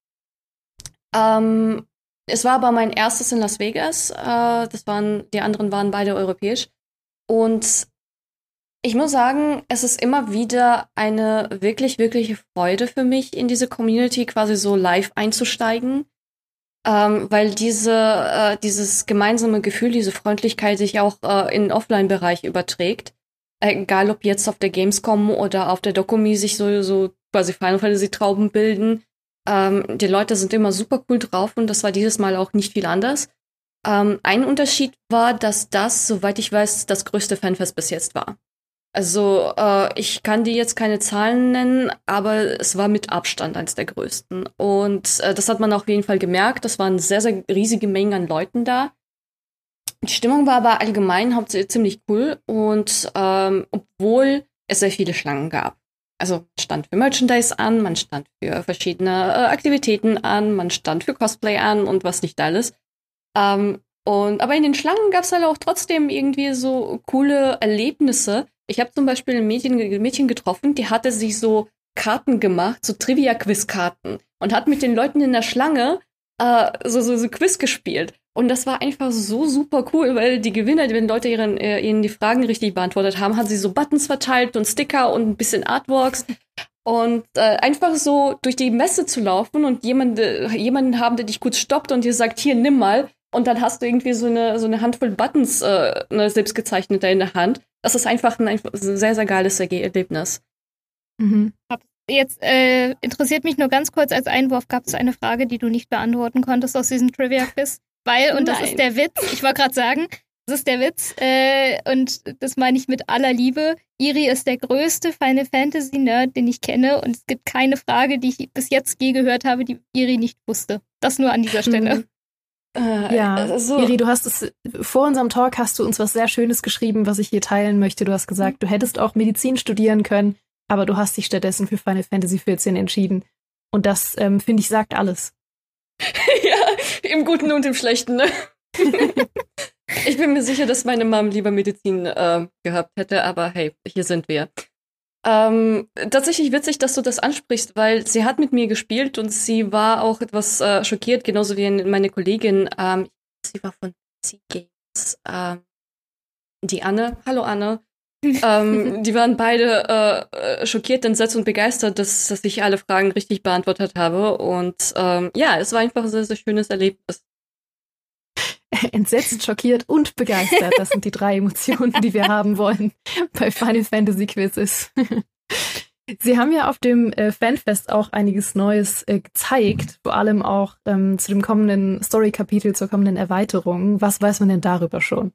Es war aber mein erstes in Las Vegas. Die anderen waren beide europäisch. Und ich muss sagen, es ist immer wieder eine wirklich, wirkliche Freude für mich, in diese Community quasi so live einzusteigen, weil dieses gemeinsame Gefühl, diese Freundlichkeit sich auch in den Offline-Bereich überträgt. Egal, ob jetzt auf der Gamescom oder auf der Dokumi sich so quasi Final Fantasy-Trauben bilden. Die Leute sind immer super cool drauf und das war dieses Mal auch nicht viel anders. Ein Unterschied war, dass das, soweit ich weiß, das größte Fanfest bis jetzt war. Also, ich kann dir jetzt keine Zahlen nennen, aber es war mit Abstand eines der größten. Und das hat man auf jeden Fall gemerkt. Das waren sehr, sehr riesige Mengen an Leuten da. Die Stimmung war aber allgemein hauptsächlich ziemlich cool. Und obwohl es sehr viele Schlangen gab. Also, man stand für Merchandise an, man stand für verschiedene Aktivitäten an, man stand für Cosplay an und was nicht alles. Aber in den Schlangen gab es halt auch trotzdem irgendwie so coole Erlebnisse. Ich habe zum Beispiel ein Mädchen getroffen, die hatte sich so Karten gemacht, so Trivia-Quiz-Karten und hat mit den Leuten in der Schlange so Quiz gespielt. Und das war einfach so super cool, weil die Gewinner, wenn Leute ihnen die Fragen richtig beantwortet haben, haben sie so Buttons verteilt und Sticker und ein bisschen Artworks. Und einfach so durch die Messe zu laufen und jemanden haben, der dich kurz stoppt und dir sagt, hier, nimm mal. Und dann hast du irgendwie so eine Handvoll Buttons selbst gezeichnet in der Hand. Das ist einfach ein sehr, sehr geiles Erlebnis. Mhm. Jetzt interessiert mich nur ganz kurz als Einwurf, gab es eine Frage, die du nicht beantworten konntest aus diesem Trivia-Quiz? Weil, und das ist der Witz, ich wollte gerade sagen, das ist der Witz, und das meine ich mit aller Liebe, Iri ist der größte Final Fantasy-Nerd, den ich kenne, und es gibt keine Frage, die ich bis jetzt je gehört habe, die Iri nicht wusste. Das nur an dieser Stelle. Ja, also, Iri, du hast es, vor unserem Talk hast du uns was sehr Schönes geschrieben, was ich hier teilen möchte. Du hast gesagt, du hättest auch Medizin studieren können, aber du hast dich stattdessen für Final Fantasy XIV entschieden. Und das, finde ich, sagt alles. Ja, im Guten und im Schlechten, ne? Ich bin mir sicher, dass meine Mom lieber Medizin gehabt hätte, aber hey, hier sind wir. Tatsächlich witzig, dass du das ansprichst, weil sie hat mit mir gespielt und sie war auch etwas schockiert, genauso wie meine Kollegin. Sie war von C-Games. Die Anne. Hallo Anne. Die waren beide schockiert, entsetzt und begeistert, dass ich alle Fragen richtig beantwortet habe. Und ja, es war einfach ein sehr, sehr schönes Erlebnis. Entsetzt, schockiert und begeistert. Das sind die 3 Emotionen, die wir haben wollen bei Final Fantasy Quizzes. Sie haben ja auf dem Fanfest auch einiges Neues gezeigt, vor allem auch zu dem kommenden Story-Kapitel, zur kommenden Erweiterung. Was weiß man denn darüber schon?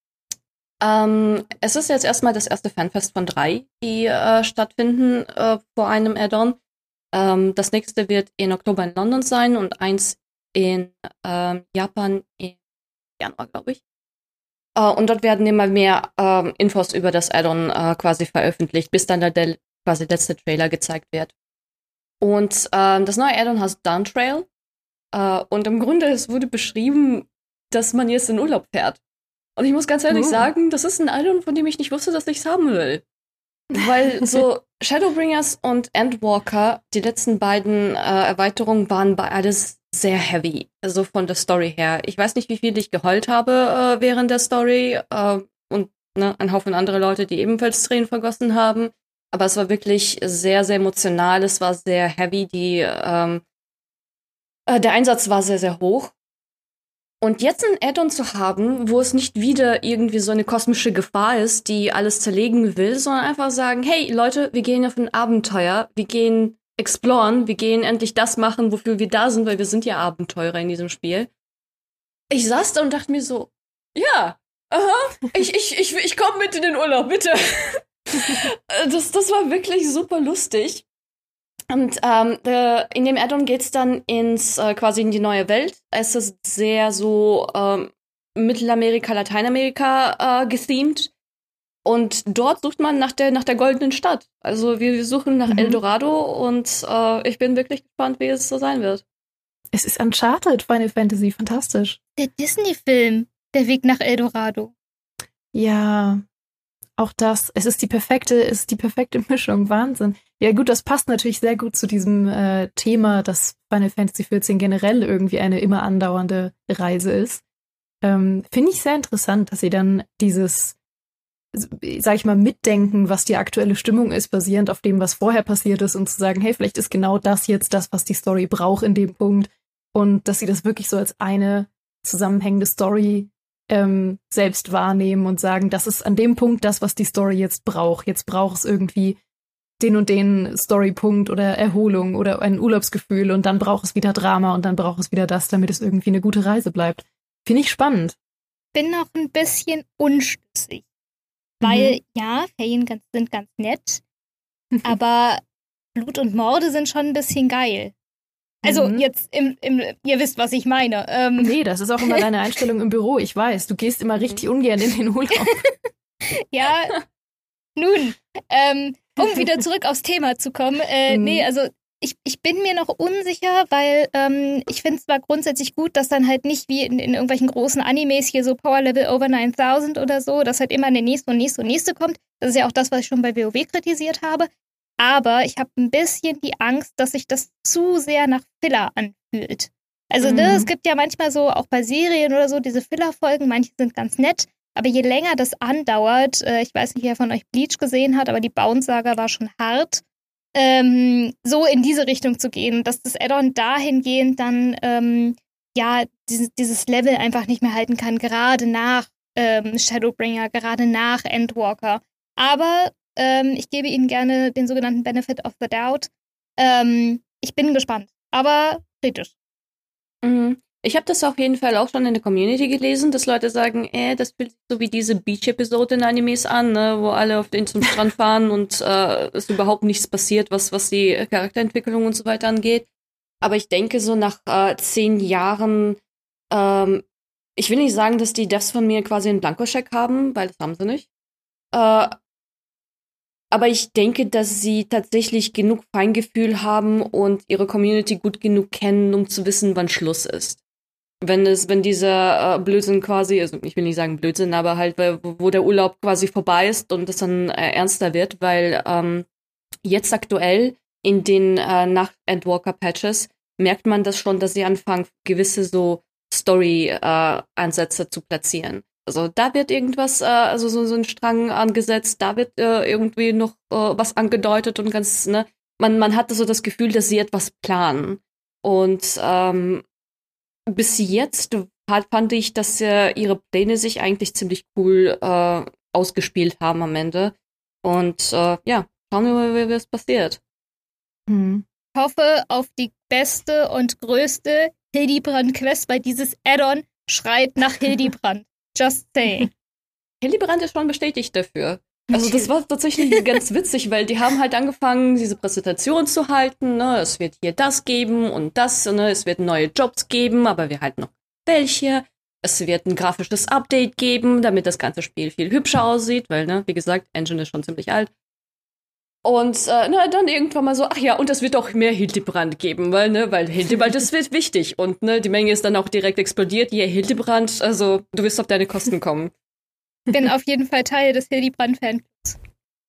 Es ist jetzt erstmal das erste Fanfest von 3, die stattfinden vor einem Add-on. Das nächste wird in Oktober in London sein und eins in Japan im Januar, glaube ich. Und dort werden immer mehr Infos über das Add-on quasi veröffentlicht, bis dann der quasi letzte Trailer gezeigt wird. Und das neue Add-on heißt Dawntrail. Und im Grunde, es wurde beschrieben, dass man jetzt in Urlaub fährt. Und ich muss ganz ehrlich sagen, das ist ein Add-on, von dem ich nicht wusste, dass ich es haben will. Weil so Shadowbringers und Endwalker, die letzten beiden Erweiterungen, waren bei alles sehr heavy, also von der Story her. Ich weiß nicht, wie viel ich geheult habe während der Story und ein Haufen andere Leute, die ebenfalls Tränen vergossen haben. Aber es war wirklich sehr, sehr emotional. Es war sehr heavy. Der Einsatz war sehr, sehr hoch. Und jetzt ein Add-on zu haben, wo es nicht wieder irgendwie so eine kosmische Gefahr ist, die alles zerlegen will, sondern einfach sagen, hey Leute, wir gehen auf ein Abenteuer, wir gehen exploren, wir gehen endlich das machen, wofür wir da sind, weil wir sind ja Abenteurer in diesem Spiel. Ich saß da und dachte mir so, ja, aha, ich komme mit in den Urlaub, bitte. Das war wirklich super lustig. Und in dem Add-on geht's dann quasi in die neue Welt. Es ist sehr so Mittelamerika, Lateinamerika gethemed. Und dort sucht man nach der goldenen Stadt. Also wir suchen nach Eldorado und ich bin wirklich gespannt, wie es so sein wird. Es ist Uncharted Final Fantasy, fantastisch. Der Disney-Film, Der Weg nach Eldorado. Ja, auch das. Es ist die perfekte Mischung. Wahnsinn. Ja gut, das passt natürlich sehr gut zu diesem Thema, dass Final Fantasy XIV generell irgendwie eine immer andauernde Reise ist. Finde ich sehr interessant, dass sie dann dieses, sag ich mal, mitdenken, was die aktuelle Stimmung ist, basierend auf dem, was vorher passiert ist und zu sagen, hey, vielleicht ist genau das jetzt das, was die Story braucht in dem Punkt und dass sie das wirklich so als eine zusammenhängende Story selbst wahrnehmen und sagen, das ist an dem Punkt das, was die Story jetzt braucht. Jetzt braucht es irgendwie den und den Storypunkt oder Erholung oder ein Urlaubsgefühl und dann braucht es wieder Drama und dann braucht es wieder das, damit es irgendwie eine gute Reise bleibt. Finde ich spannend. Bin noch ein bisschen unschlüssig. Weil, ja, Ferien sind ganz nett, aber Blut und Morde sind schon ein bisschen geil. Also jetzt, ihr wisst, was ich meine. Nee, das ist auch immer deine Einstellung im Büro, ich weiß. Du gehst immer richtig ungern in den Urlaub. Ja, nun, um wieder zurück aufs Thema zu kommen. Nee, also ich bin mir noch unsicher, weil ich finde es zwar grundsätzlich gut, dass dann halt nicht wie in irgendwelchen großen Animes hier so Power Level over 9000 oder so, dass halt immer eine nächste und nächste und nächste kommt. Das ist ja auch das, was ich schon bei WoW kritisiert habe. Aber ich habe ein bisschen die Angst, dass sich das zu sehr nach Filler anfühlt. Also es gibt ja manchmal so, auch bei Serien oder so, diese Filler-Folgen, manche sind ganz nett, aber je länger das andauert, ich weiß nicht, wer von euch Bleach gesehen hat, aber die Bounce-Saga war schon hart, so in diese Richtung zu gehen, dass das Add-on dahingehend dann, dieses Level einfach nicht mehr halten kann, gerade nach Shadowbringer, gerade nach Endwalker. Aber Ich gebe ihnen gerne den sogenannten Benefit of the Doubt. Ich bin gespannt, aber kritisch. Ich habe das auf jeden Fall auch schon in der Community gelesen, dass Leute sagen, das fühlt sich so wie diese Beach-Episode in Animes an, ne, wo alle auf den zum Strand fahren und es überhaupt nichts passiert, was die Charakterentwicklung und so weiter angeht. Aber ich denke, so nach 10 Jahren, ich will nicht sagen, dass die Devs von mir quasi einen Blankoscheck haben, weil das haben sie nicht. Aber ich denke, dass sie tatsächlich genug Feingefühl haben und ihre Community gut genug kennen, um zu wissen, wann Schluss ist. Wenn dieser Blödsinn quasi, also ich will nicht sagen Blödsinn, aber halt, wo der Urlaub quasi vorbei ist und es dann ernster wird, weil jetzt aktuell in den Nacht-Endwalker-Patches merkt man das schon, dass sie anfangen, gewisse so Story-Ansätze zu platzieren. Also da wird irgendwas, also so ein Strang angesetzt, da wird irgendwie noch was angedeutet und ganz, ne, man hatte so das Gefühl, dass sie etwas planen. Und bis jetzt fand ich, dass ihre Pläne sich eigentlich ziemlich cool ausgespielt haben am Ende. Und schauen wir mal, wie es passiert. Ich hoffe auf die beste und größte Hildibrand-Quest, weil dieses Add-on schreit nach Hildibrand. Just saying. Hildibrand ist schon bestätigt dafür. Also das war tatsächlich ganz witzig, weil die haben halt angefangen, diese Präsentation zu halten, ne, es wird hier das geben und das, ne, es wird neue Jobs geben, aber wir halten noch welche. Es wird ein grafisches Update geben, damit das ganze Spiel viel hübscher aussieht, weil, ne, wie gesagt, Engine ist schon ziemlich alt. Und dann irgendwann mal so, ach ja, und es wird auch mehr Hildebrand geben, weil Hildebrand, das wird wichtig. Und ne, die Menge ist dann auch direkt explodiert. Yeah, Hildebrand, also du wirst auf deine Kosten kommen. Bin auf jeden Fall Teil des Hildebrand-Fanclubs.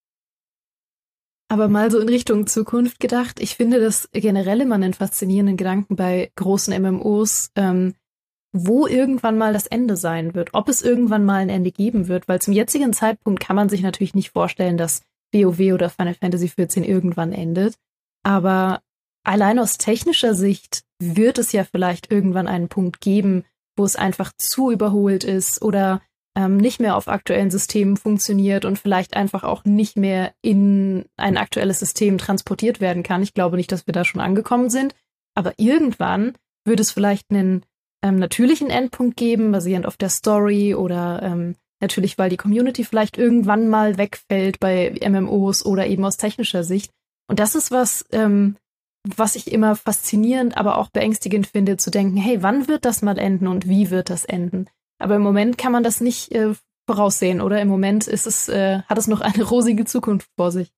Aber mal so in Richtung Zukunft gedacht, ich finde das generell immer einen faszinierenden Gedanken bei großen MMOs, wo irgendwann mal das Ende sein wird, ob es irgendwann mal ein Ende geben wird, weil zum jetzigen Zeitpunkt kann man sich natürlich nicht vorstellen, dass WoW oder Final Fantasy XIV irgendwann endet. Aber allein aus technischer Sicht wird es ja vielleicht irgendwann einen Punkt geben, wo es einfach zu überholt ist oder nicht mehr auf aktuellen Systemen funktioniert und vielleicht einfach auch nicht mehr in ein aktuelles System transportiert werden kann. Ich glaube nicht, dass wir da schon angekommen sind. Aber irgendwann wird es vielleicht einen natürlichen Endpunkt geben, basierend auf der Story oder natürlich, weil die Community vielleicht irgendwann mal wegfällt bei MMOs oder eben aus technischer Sicht. Und das ist was ich immer faszinierend, aber auch beängstigend finde, zu denken, hey, wann wird das mal enden und wie wird das enden? Aber im Moment kann man das nicht voraussehen, oder? Im Moment hat es noch eine rosige Zukunft vor sich.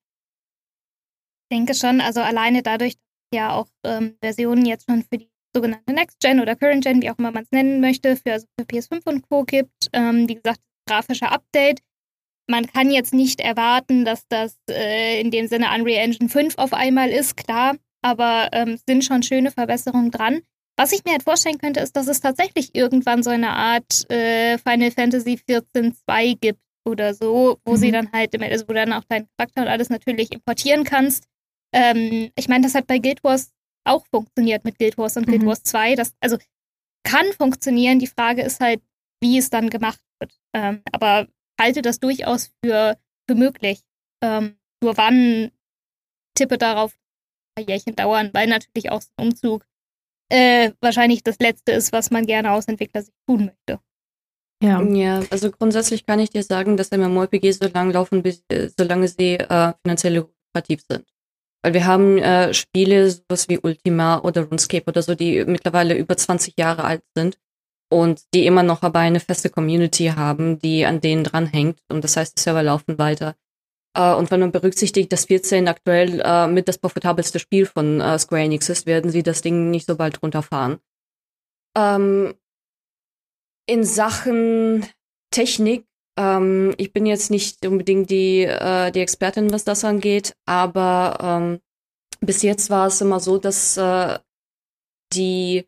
Ich denke schon, also alleine dadurch, dass es ja auch Versionen jetzt schon für die sogenannte Next Gen oder Current Gen, wie auch immer man es nennen möchte, für PS5 und Co. gibt. Wie gesagt, grafische Update. Man kann jetzt nicht erwarten, dass das in dem Sinne Unreal Engine 5 auf einmal ist, klar, aber es sind schon schöne Verbesserungen dran. Was ich mir halt vorstellen könnte, ist, dass es tatsächlich irgendwann so eine Art Final Fantasy 14.2 gibt oder so, wo sie dann halt, also wo dann auch deinen Charakter und alles natürlich importieren kannst. Ich meine, das hat bei Guild Wars auch funktioniert mit Guild Wars und Guild Wars 2. Das, also kann funktionieren. Die Frage ist halt, wie es dann gemacht wird. Aber halte das durchaus für möglich. Nur wann tippe darauf, ein paar Jährchen dauern, weil natürlich auch so ein Umzug wahrscheinlich das Letzte ist, was man gerne als Entwickler sich tun möchte. Ja, also grundsätzlich kann ich dir sagen, dass MMORPGs so lange laufen, solange sie finanziell lukrativ sind. Weil wir haben Spiele, sowas wie Ultima oder RuneScape oder so, die mittlerweile über 20 Jahre alt sind und die immer noch aber eine feste Community haben, die an denen dranhängt. Und das heißt, die Server laufen weiter. Und wenn man berücksichtigt, dass 14 aktuell mit das profitabelste Spiel von Square Enix ist, werden sie das Ding nicht so bald runterfahren. In Sachen Technik, ich bin jetzt nicht unbedingt die Expertin, was das angeht, aber bis jetzt war es immer so, dass die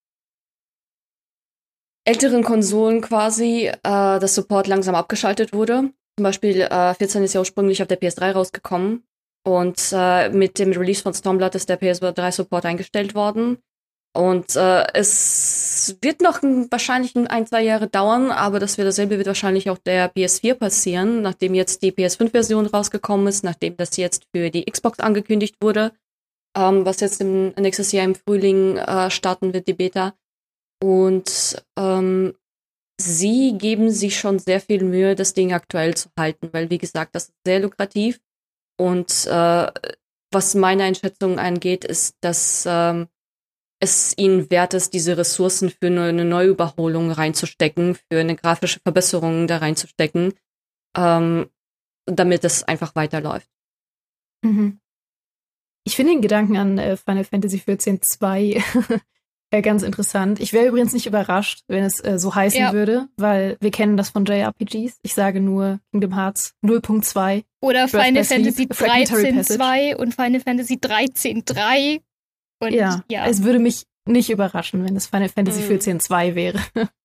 älteren Konsolen quasi das Support langsam abgeschaltet wurde. Zum Beispiel 14 ist ja ursprünglich auf der PS3 rausgekommen und mit dem Release von Stormblood ist der PS3-Support eingestellt worden. Und es wird noch wahrscheinlich 1-2 Jahre dauern, aber dasselbe wird wahrscheinlich auch der PS4 passieren, nachdem jetzt die PS5-Version rausgekommen ist, nachdem das jetzt für die Xbox angekündigt wurde, was jetzt nächstes Jahr im Frühling starten wird, die Beta. Und sie geben sich schon sehr viel Mühe, das Ding aktuell zu halten, weil, wie gesagt, das ist sehr lukrativ. Und was meine Einschätzung angeht, ist, dass es ihnen wert ist, diese Ressourcen für eine Neuüberholung reinzustecken, für eine grafische Verbesserung da reinzustecken, damit es einfach weiterläuft. Mhm. Ich finde den Gedanken an Final Fantasy XIV 2 ganz interessant. Ich wäre übrigens nicht überrascht, wenn es so heißen würde, weil wir kennen das von JRPGs. Ich sage nur Kingdom Hearts 0.2. Oder Final Fantasy 13.2 und Final Fantasy 13.3. Und ja, es würde mich nicht überraschen, wenn es Final Fantasy XIV 2 wäre.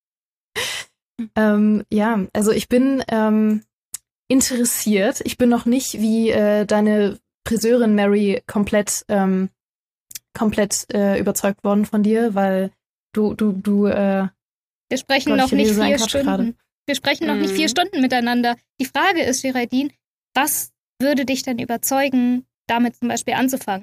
Ja, also ich bin interessiert. Ich bin noch nicht wie deine Friseurin Mary komplett überzeugt worden von dir, weil du wir sprechen noch nicht 4 Stunden. Wir sprechen noch nicht 4 Stunden miteinander. Die Frage ist, Geraldine, was würde dich denn überzeugen, damit zum Beispiel anzufangen?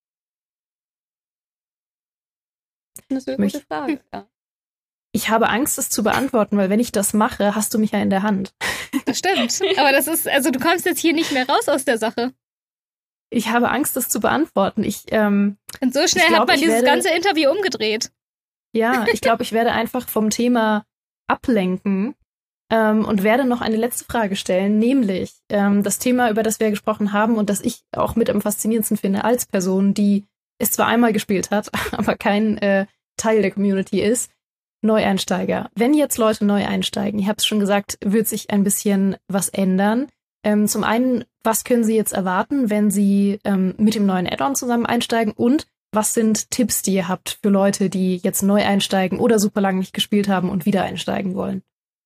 Das ist eine gute Frage, ja. Ich habe Angst, es zu beantworten, weil wenn ich das mache, hast du mich ja in der Hand. Das stimmt. Aber das ist, also du kommst jetzt hier nicht mehr raus aus der Sache. Ich habe Angst, das zu beantworten. Und so schnell hat man dieses ganze Interview umgedreht. Ja, ich glaube, ich werde einfach vom Thema ablenken und werde noch eine letzte Frage stellen, nämlich das Thema, über das wir gesprochen haben und das ich auch mit am faszinierendsten finde als Person, die es zwar einmal gespielt hat, aber kein Teil der Community ist, Neueinsteiger. Wenn jetzt Leute neu einsteigen, ich habe es schon gesagt, wird sich ein bisschen was ändern. Zum einen, was können sie jetzt erwarten, wenn sie mit dem neuen Add-on zusammen einsteigen? Und was sind Tipps, die ihr habt für Leute, die jetzt neu einsteigen oder super lange nicht gespielt haben und wieder einsteigen wollen?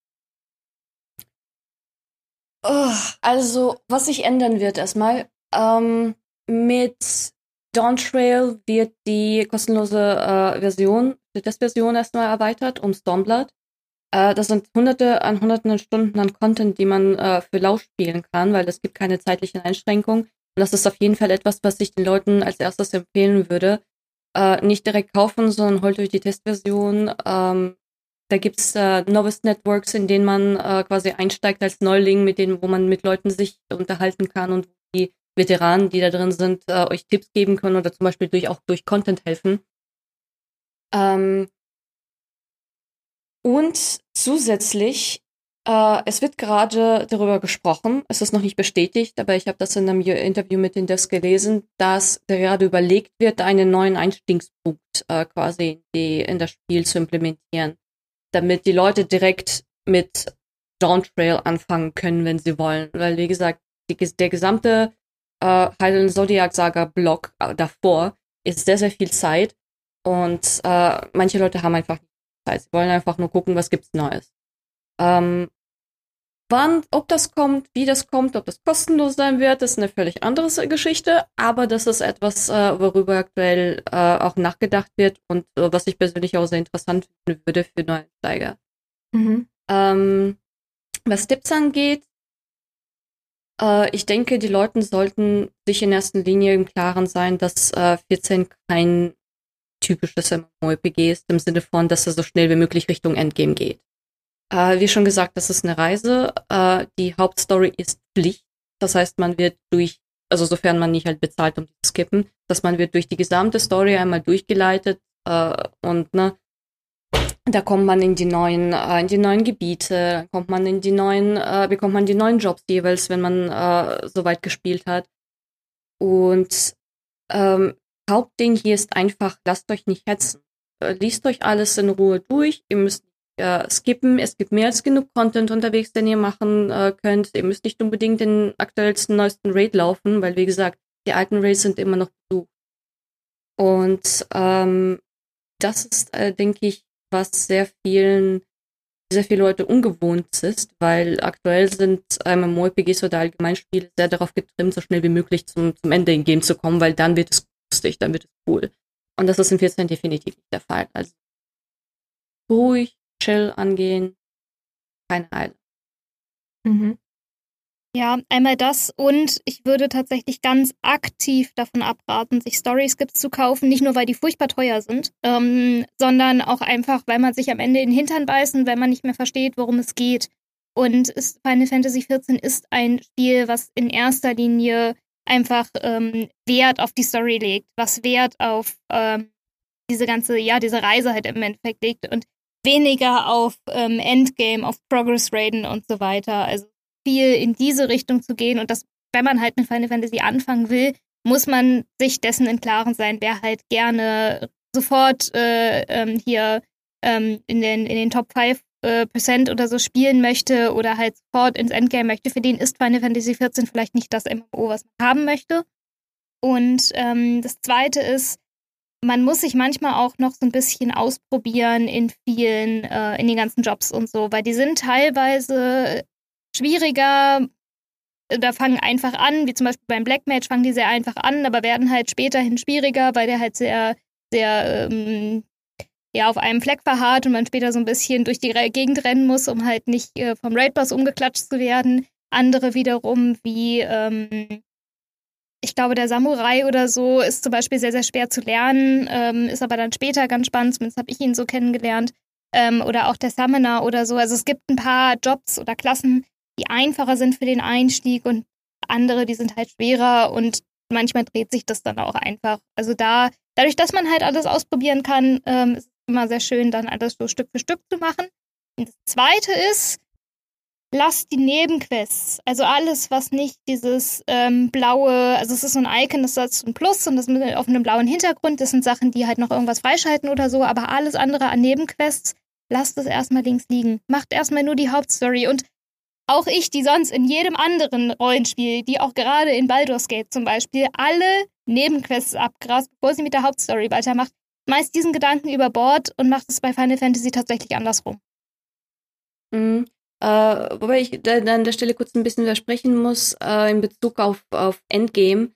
Also, was sich ändern wird erstmal, mit Dawntrail wird die kostenlose die Testversion erstmal erweitert um Stormblood. Das sind Hunderten an Stunden an Content, die man für lau spielen kann, weil es gibt keine zeitlichen Einschränkungen. Und das ist auf jeden Fall etwas, was ich den Leuten als erstes empfehlen würde. Nicht direkt kaufen, sondern holt euch die Testversion. Da gibt's Novice Networks, in denen man quasi einsteigt als Neuling, wo man mit Leuten sich unterhalten kann und die Veteranen, die da drin sind, euch Tipps geben können oder zum Beispiel auch durch Content helfen. Und zusätzlich, es wird gerade darüber gesprochen, es ist noch nicht bestätigt, aber ich habe das in einem Interview mit den Devs gelesen, dass gerade überlegt wird, einen neuen Einstiegspunkt quasi in das Spiel zu implementieren, damit die Leute direkt mit Dawntrail anfangen können, wenn sie wollen. Weil, wie gesagt, der gesamte Hylian Zodiac Saga Block davor ist sehr, sehr viel Zeit und manche Leute haben einfach nicht Zeit. Sie wollen einfach nur gucken, was gibt's Neues. Ob das kommt, wie das kommt, ob das kostenlos sein wird, ist eine völlig andere Geschichte, aber das ist etwas, worüber aktuell auch nachgedacht wird und was ich persönlich auch sehr interessant finden würde für Neueinsteiger. Was Tipps angeht, ich denke, die Leute sollten sich in erster Linie im Klaren sein, dass 14 kein typisches MMORPG ist, im Sinne von, dass er so schnell wie möglich Richtung Endgame geht. Wie schon gesagt, das ist eine Reise. Die Hauptstory ist Pflicht. Das heißt, man wird sofern man nicht halt bezahlt, um zu skippen, dass man wird durch die gesamte Story einmal durchgeleitet und da kommt man in die neuen Gebiete, bekommt man die neuen Jobs jeweils, wenn man soweit gespielt hat. Und Hauptding hier ist einfach, lasst euch nicht hetzen. Liest euch alles in Ruhe durch. Ihr müsst skippen. Es gibt mehr als genug Content unterwegs, den ihr machen könnt. Ihr müsst nicht unbedingt den aktuellsten, neuesten Raid laufen, weil, wie gesagt, die alten Raids sind immer noch besucht. Und das ist, denke ich, was sehr viele Leute ungewohnt ist, weil aktuell sind MMORPGs oder Allgemeinspiele sehr darauf getrimmt, so schnell wie möglich zum Ende im Game zu kommen, weil dann wird es lustig, dann wird es cool. Und das ist in 14 definitiv nicht der Fall. Also ruhig, chill angehen, keine Eile. Mhm. Ja, einmal das und ich würde tatsächlich ganz aktiv davon abraten, sich Story-Skips zu kaufen, nicht nur, weil die furchtbar teuer sind, sondern auch einfach, weil man sich am Ende in den Hintern beißt und wenn man nicht mehr versteht, worum es geht. Und Final Fantasy XIV ist ein Spiel, was in erster Linie einfach Wert auf die Story legt, was Wert auf diese Reise halt im Endeffekt legt und weniger auf Endgame, auf Progress-Raten und so weiter. Also viel in diese Richtung zu gehen und das, wenn man halt mit Final Fantasy anfangen will, muss man sich dessen im Klaren sein, wer halt gerne sofort hier in den Top 5% oder so spielen möchte oder halt sofort ins Endgame möchte, für den ist Final Fantasy XIV vielleicht nicht das MMO, was man haben möchte. Und das Zweite ist, man muss sich manchmal auch noch so ein bisschen ausprobieren in den ganzen Jobs und so, weil die sind teilweise schwieriger oder fangen einfach an, wie zum Beispiel beim Black Mage fangen die sehr einfach an, aber werden halt späterhin schwieriger, weil der halt sehr, sehr auf einem Fleck verharrt und man später so ein bisschen durch die Gegend rennen muss, um halt nicht vom Raidboss umgeklatscht zu werden. Andere wiederum wie ich glaube, der Samurai oder so ist zum Beispiel sehr, sehr schwer zu lernen, ist aber dann später ganz spannend, zumindest habe ich ihn so kennengelernt. Oder auch der Summoner oder so. Also es gibt ein paar Jobs oder Klassen, die einfacher sind für den Einstieg und andere, die sind halt schwerer und manchmal dreht sich das dann auch einfach. Also dadurch, dass man halt alles ausprobieren kann, ist es immer sehr schön, dann alles so Stück für Stück zu machen. Und das Zweite ist, lasst die Nebenquests, also alles, was nicht dieses blaue, also es ist so ein Icon, das ist ein Plus und das mit auf einem blauen Hintergrund, das sind Sachen, die halt noch irgendwas freischalten oder so, aber alles andere an Nebenquests, lasst es erstmal links liegen. Macht erstmal nur die Hauptstory und auch ich, die sonst in jedem anderen Rollenspiel, die auch gerade in Baldur's Gate zum Beispiel, alle Nebenquests abgrast, bevor sie mit der Hauptstory weitermacht, schmeißt diesen Gedanken über Bord und macht es bei Final Fantasy tatsächlich andersrum. Mhm. Wobei ich an der Stelle kurz ein bisschen widersprechen muss in Bezug auf Endgame.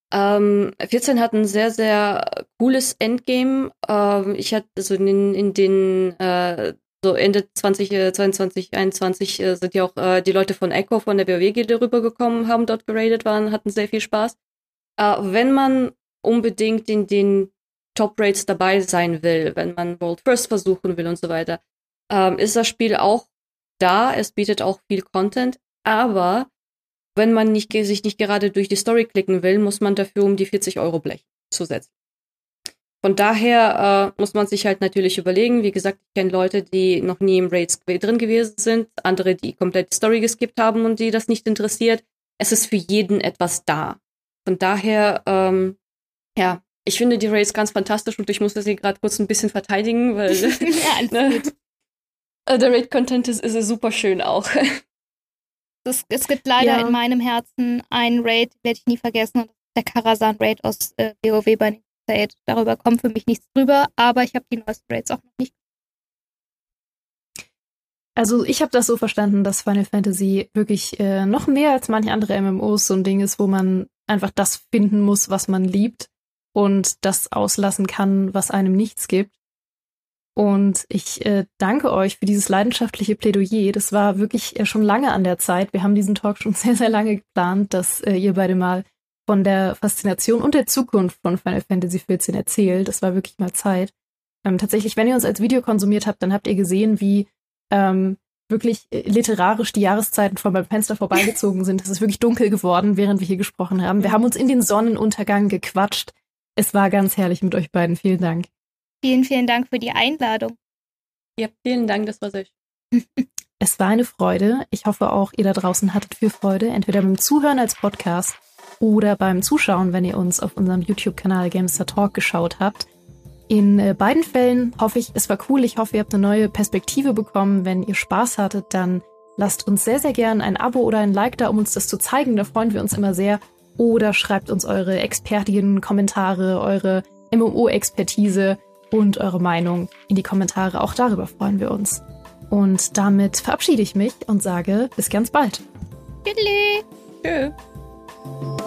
14 hat ein sehr, sehr cooles Endgame. Ich hatte so in den so Ende 2022, 2021 sind ja auch die Leute von Echo von der WoW-Gilde rübergekommen, haben dort geradet, hatten sehr viel Spaß. Wenn man unbedingt in den Top-Rates dabei sein will, wenn man World First versuchen will und so weiter, ist das Spiel auch da. Es bietet auch viel Content, aber wenn man sich nicht gerade durch die Story klicken will, muss man dafür um die 40 € blechen zusätzlich. Von daher muss man sich halt natürlich überlegen, wie gesagt, ich kenne Leute, die noch nie im Raids drin gewesen sind, andere, die komplett die Story geskippt haben und die das nicht interessiert. Es ist für jeden etwas da. Von daher, ich finde die Raids ganz fantastisch und ich musste sie gerade kurz ein bisschen verteidigen, weil der Raid-Content ist super schön auch. Es gibt leider in meinem Herzen einen Raid, werde ich nie vergessen, und das ist der Karazhan-Raid aus WoW bei Crusade. Darüber kommt für mich nichts drüber, aber ich habe die neuesten Raids auch noch nicht. Also ich habe das so verstanden, dass Final Fantasy wirklich noch mehr als manche andere MMOs so ein Ding ist, wo man einfach das finden muss, was man liebt und das auslassen kann, was einem nichts gibt. Und ich danke euch für dieses leidenschaftliche Plädoyer. Das war wirklich schon lange an der Zeit. Wir haben diesen Talk schon sehr, sehr lange geplant, dass ihr beide mal von der Faszination und der Zukunft von Final Fantasy XIV erzählt. Das war wirklich mal Zeit. Tatsächlich, wenn ihr uns als Video konsumiert habt, dann habt ihr gesehen, wie wirklich literarisch die Jahreszeiten von meinem Fenster vorbeigezogen sind. Es ist wirklich dunkel geworden, während wir hier gesprochen haben. Wir haben uns in den Sonnenuntergang gequatscht. Es war ganz herrlich mit euch beiden. Vielen Dank. Vielen, vielen Dank für die Einladung. Ja, vielen Dank, das war sehr schön. Es war eine Freude. Ich hoffe auch, ihr da draußen hattet viel Freude, entweder beim Zuhören als Podcast oder beim Zuschauen, wenn ihr uns auf unserem YouTube-Kanal Gamester Talk geschaut habt. In beiden Fällen hoffe ich, es war cool. Ich hoffe, ihr habt eine neue Perspektive bekommen. Wenn ihr Spaß hattet, dann lasst uns sehr, sehr gern ein Abo oder ein Like da, um uns das zu zeigen. Da freuen wir uns immer sehr. Oder schreibt uns eure Expertinnen-Kommentare, eure MMO-Expertise und eure Meinung in die Kommentare. Auch darüber freuen wir uns. Und damit verabschiede ich mich und sage bis ganz bald. Tschüss. Tschüss.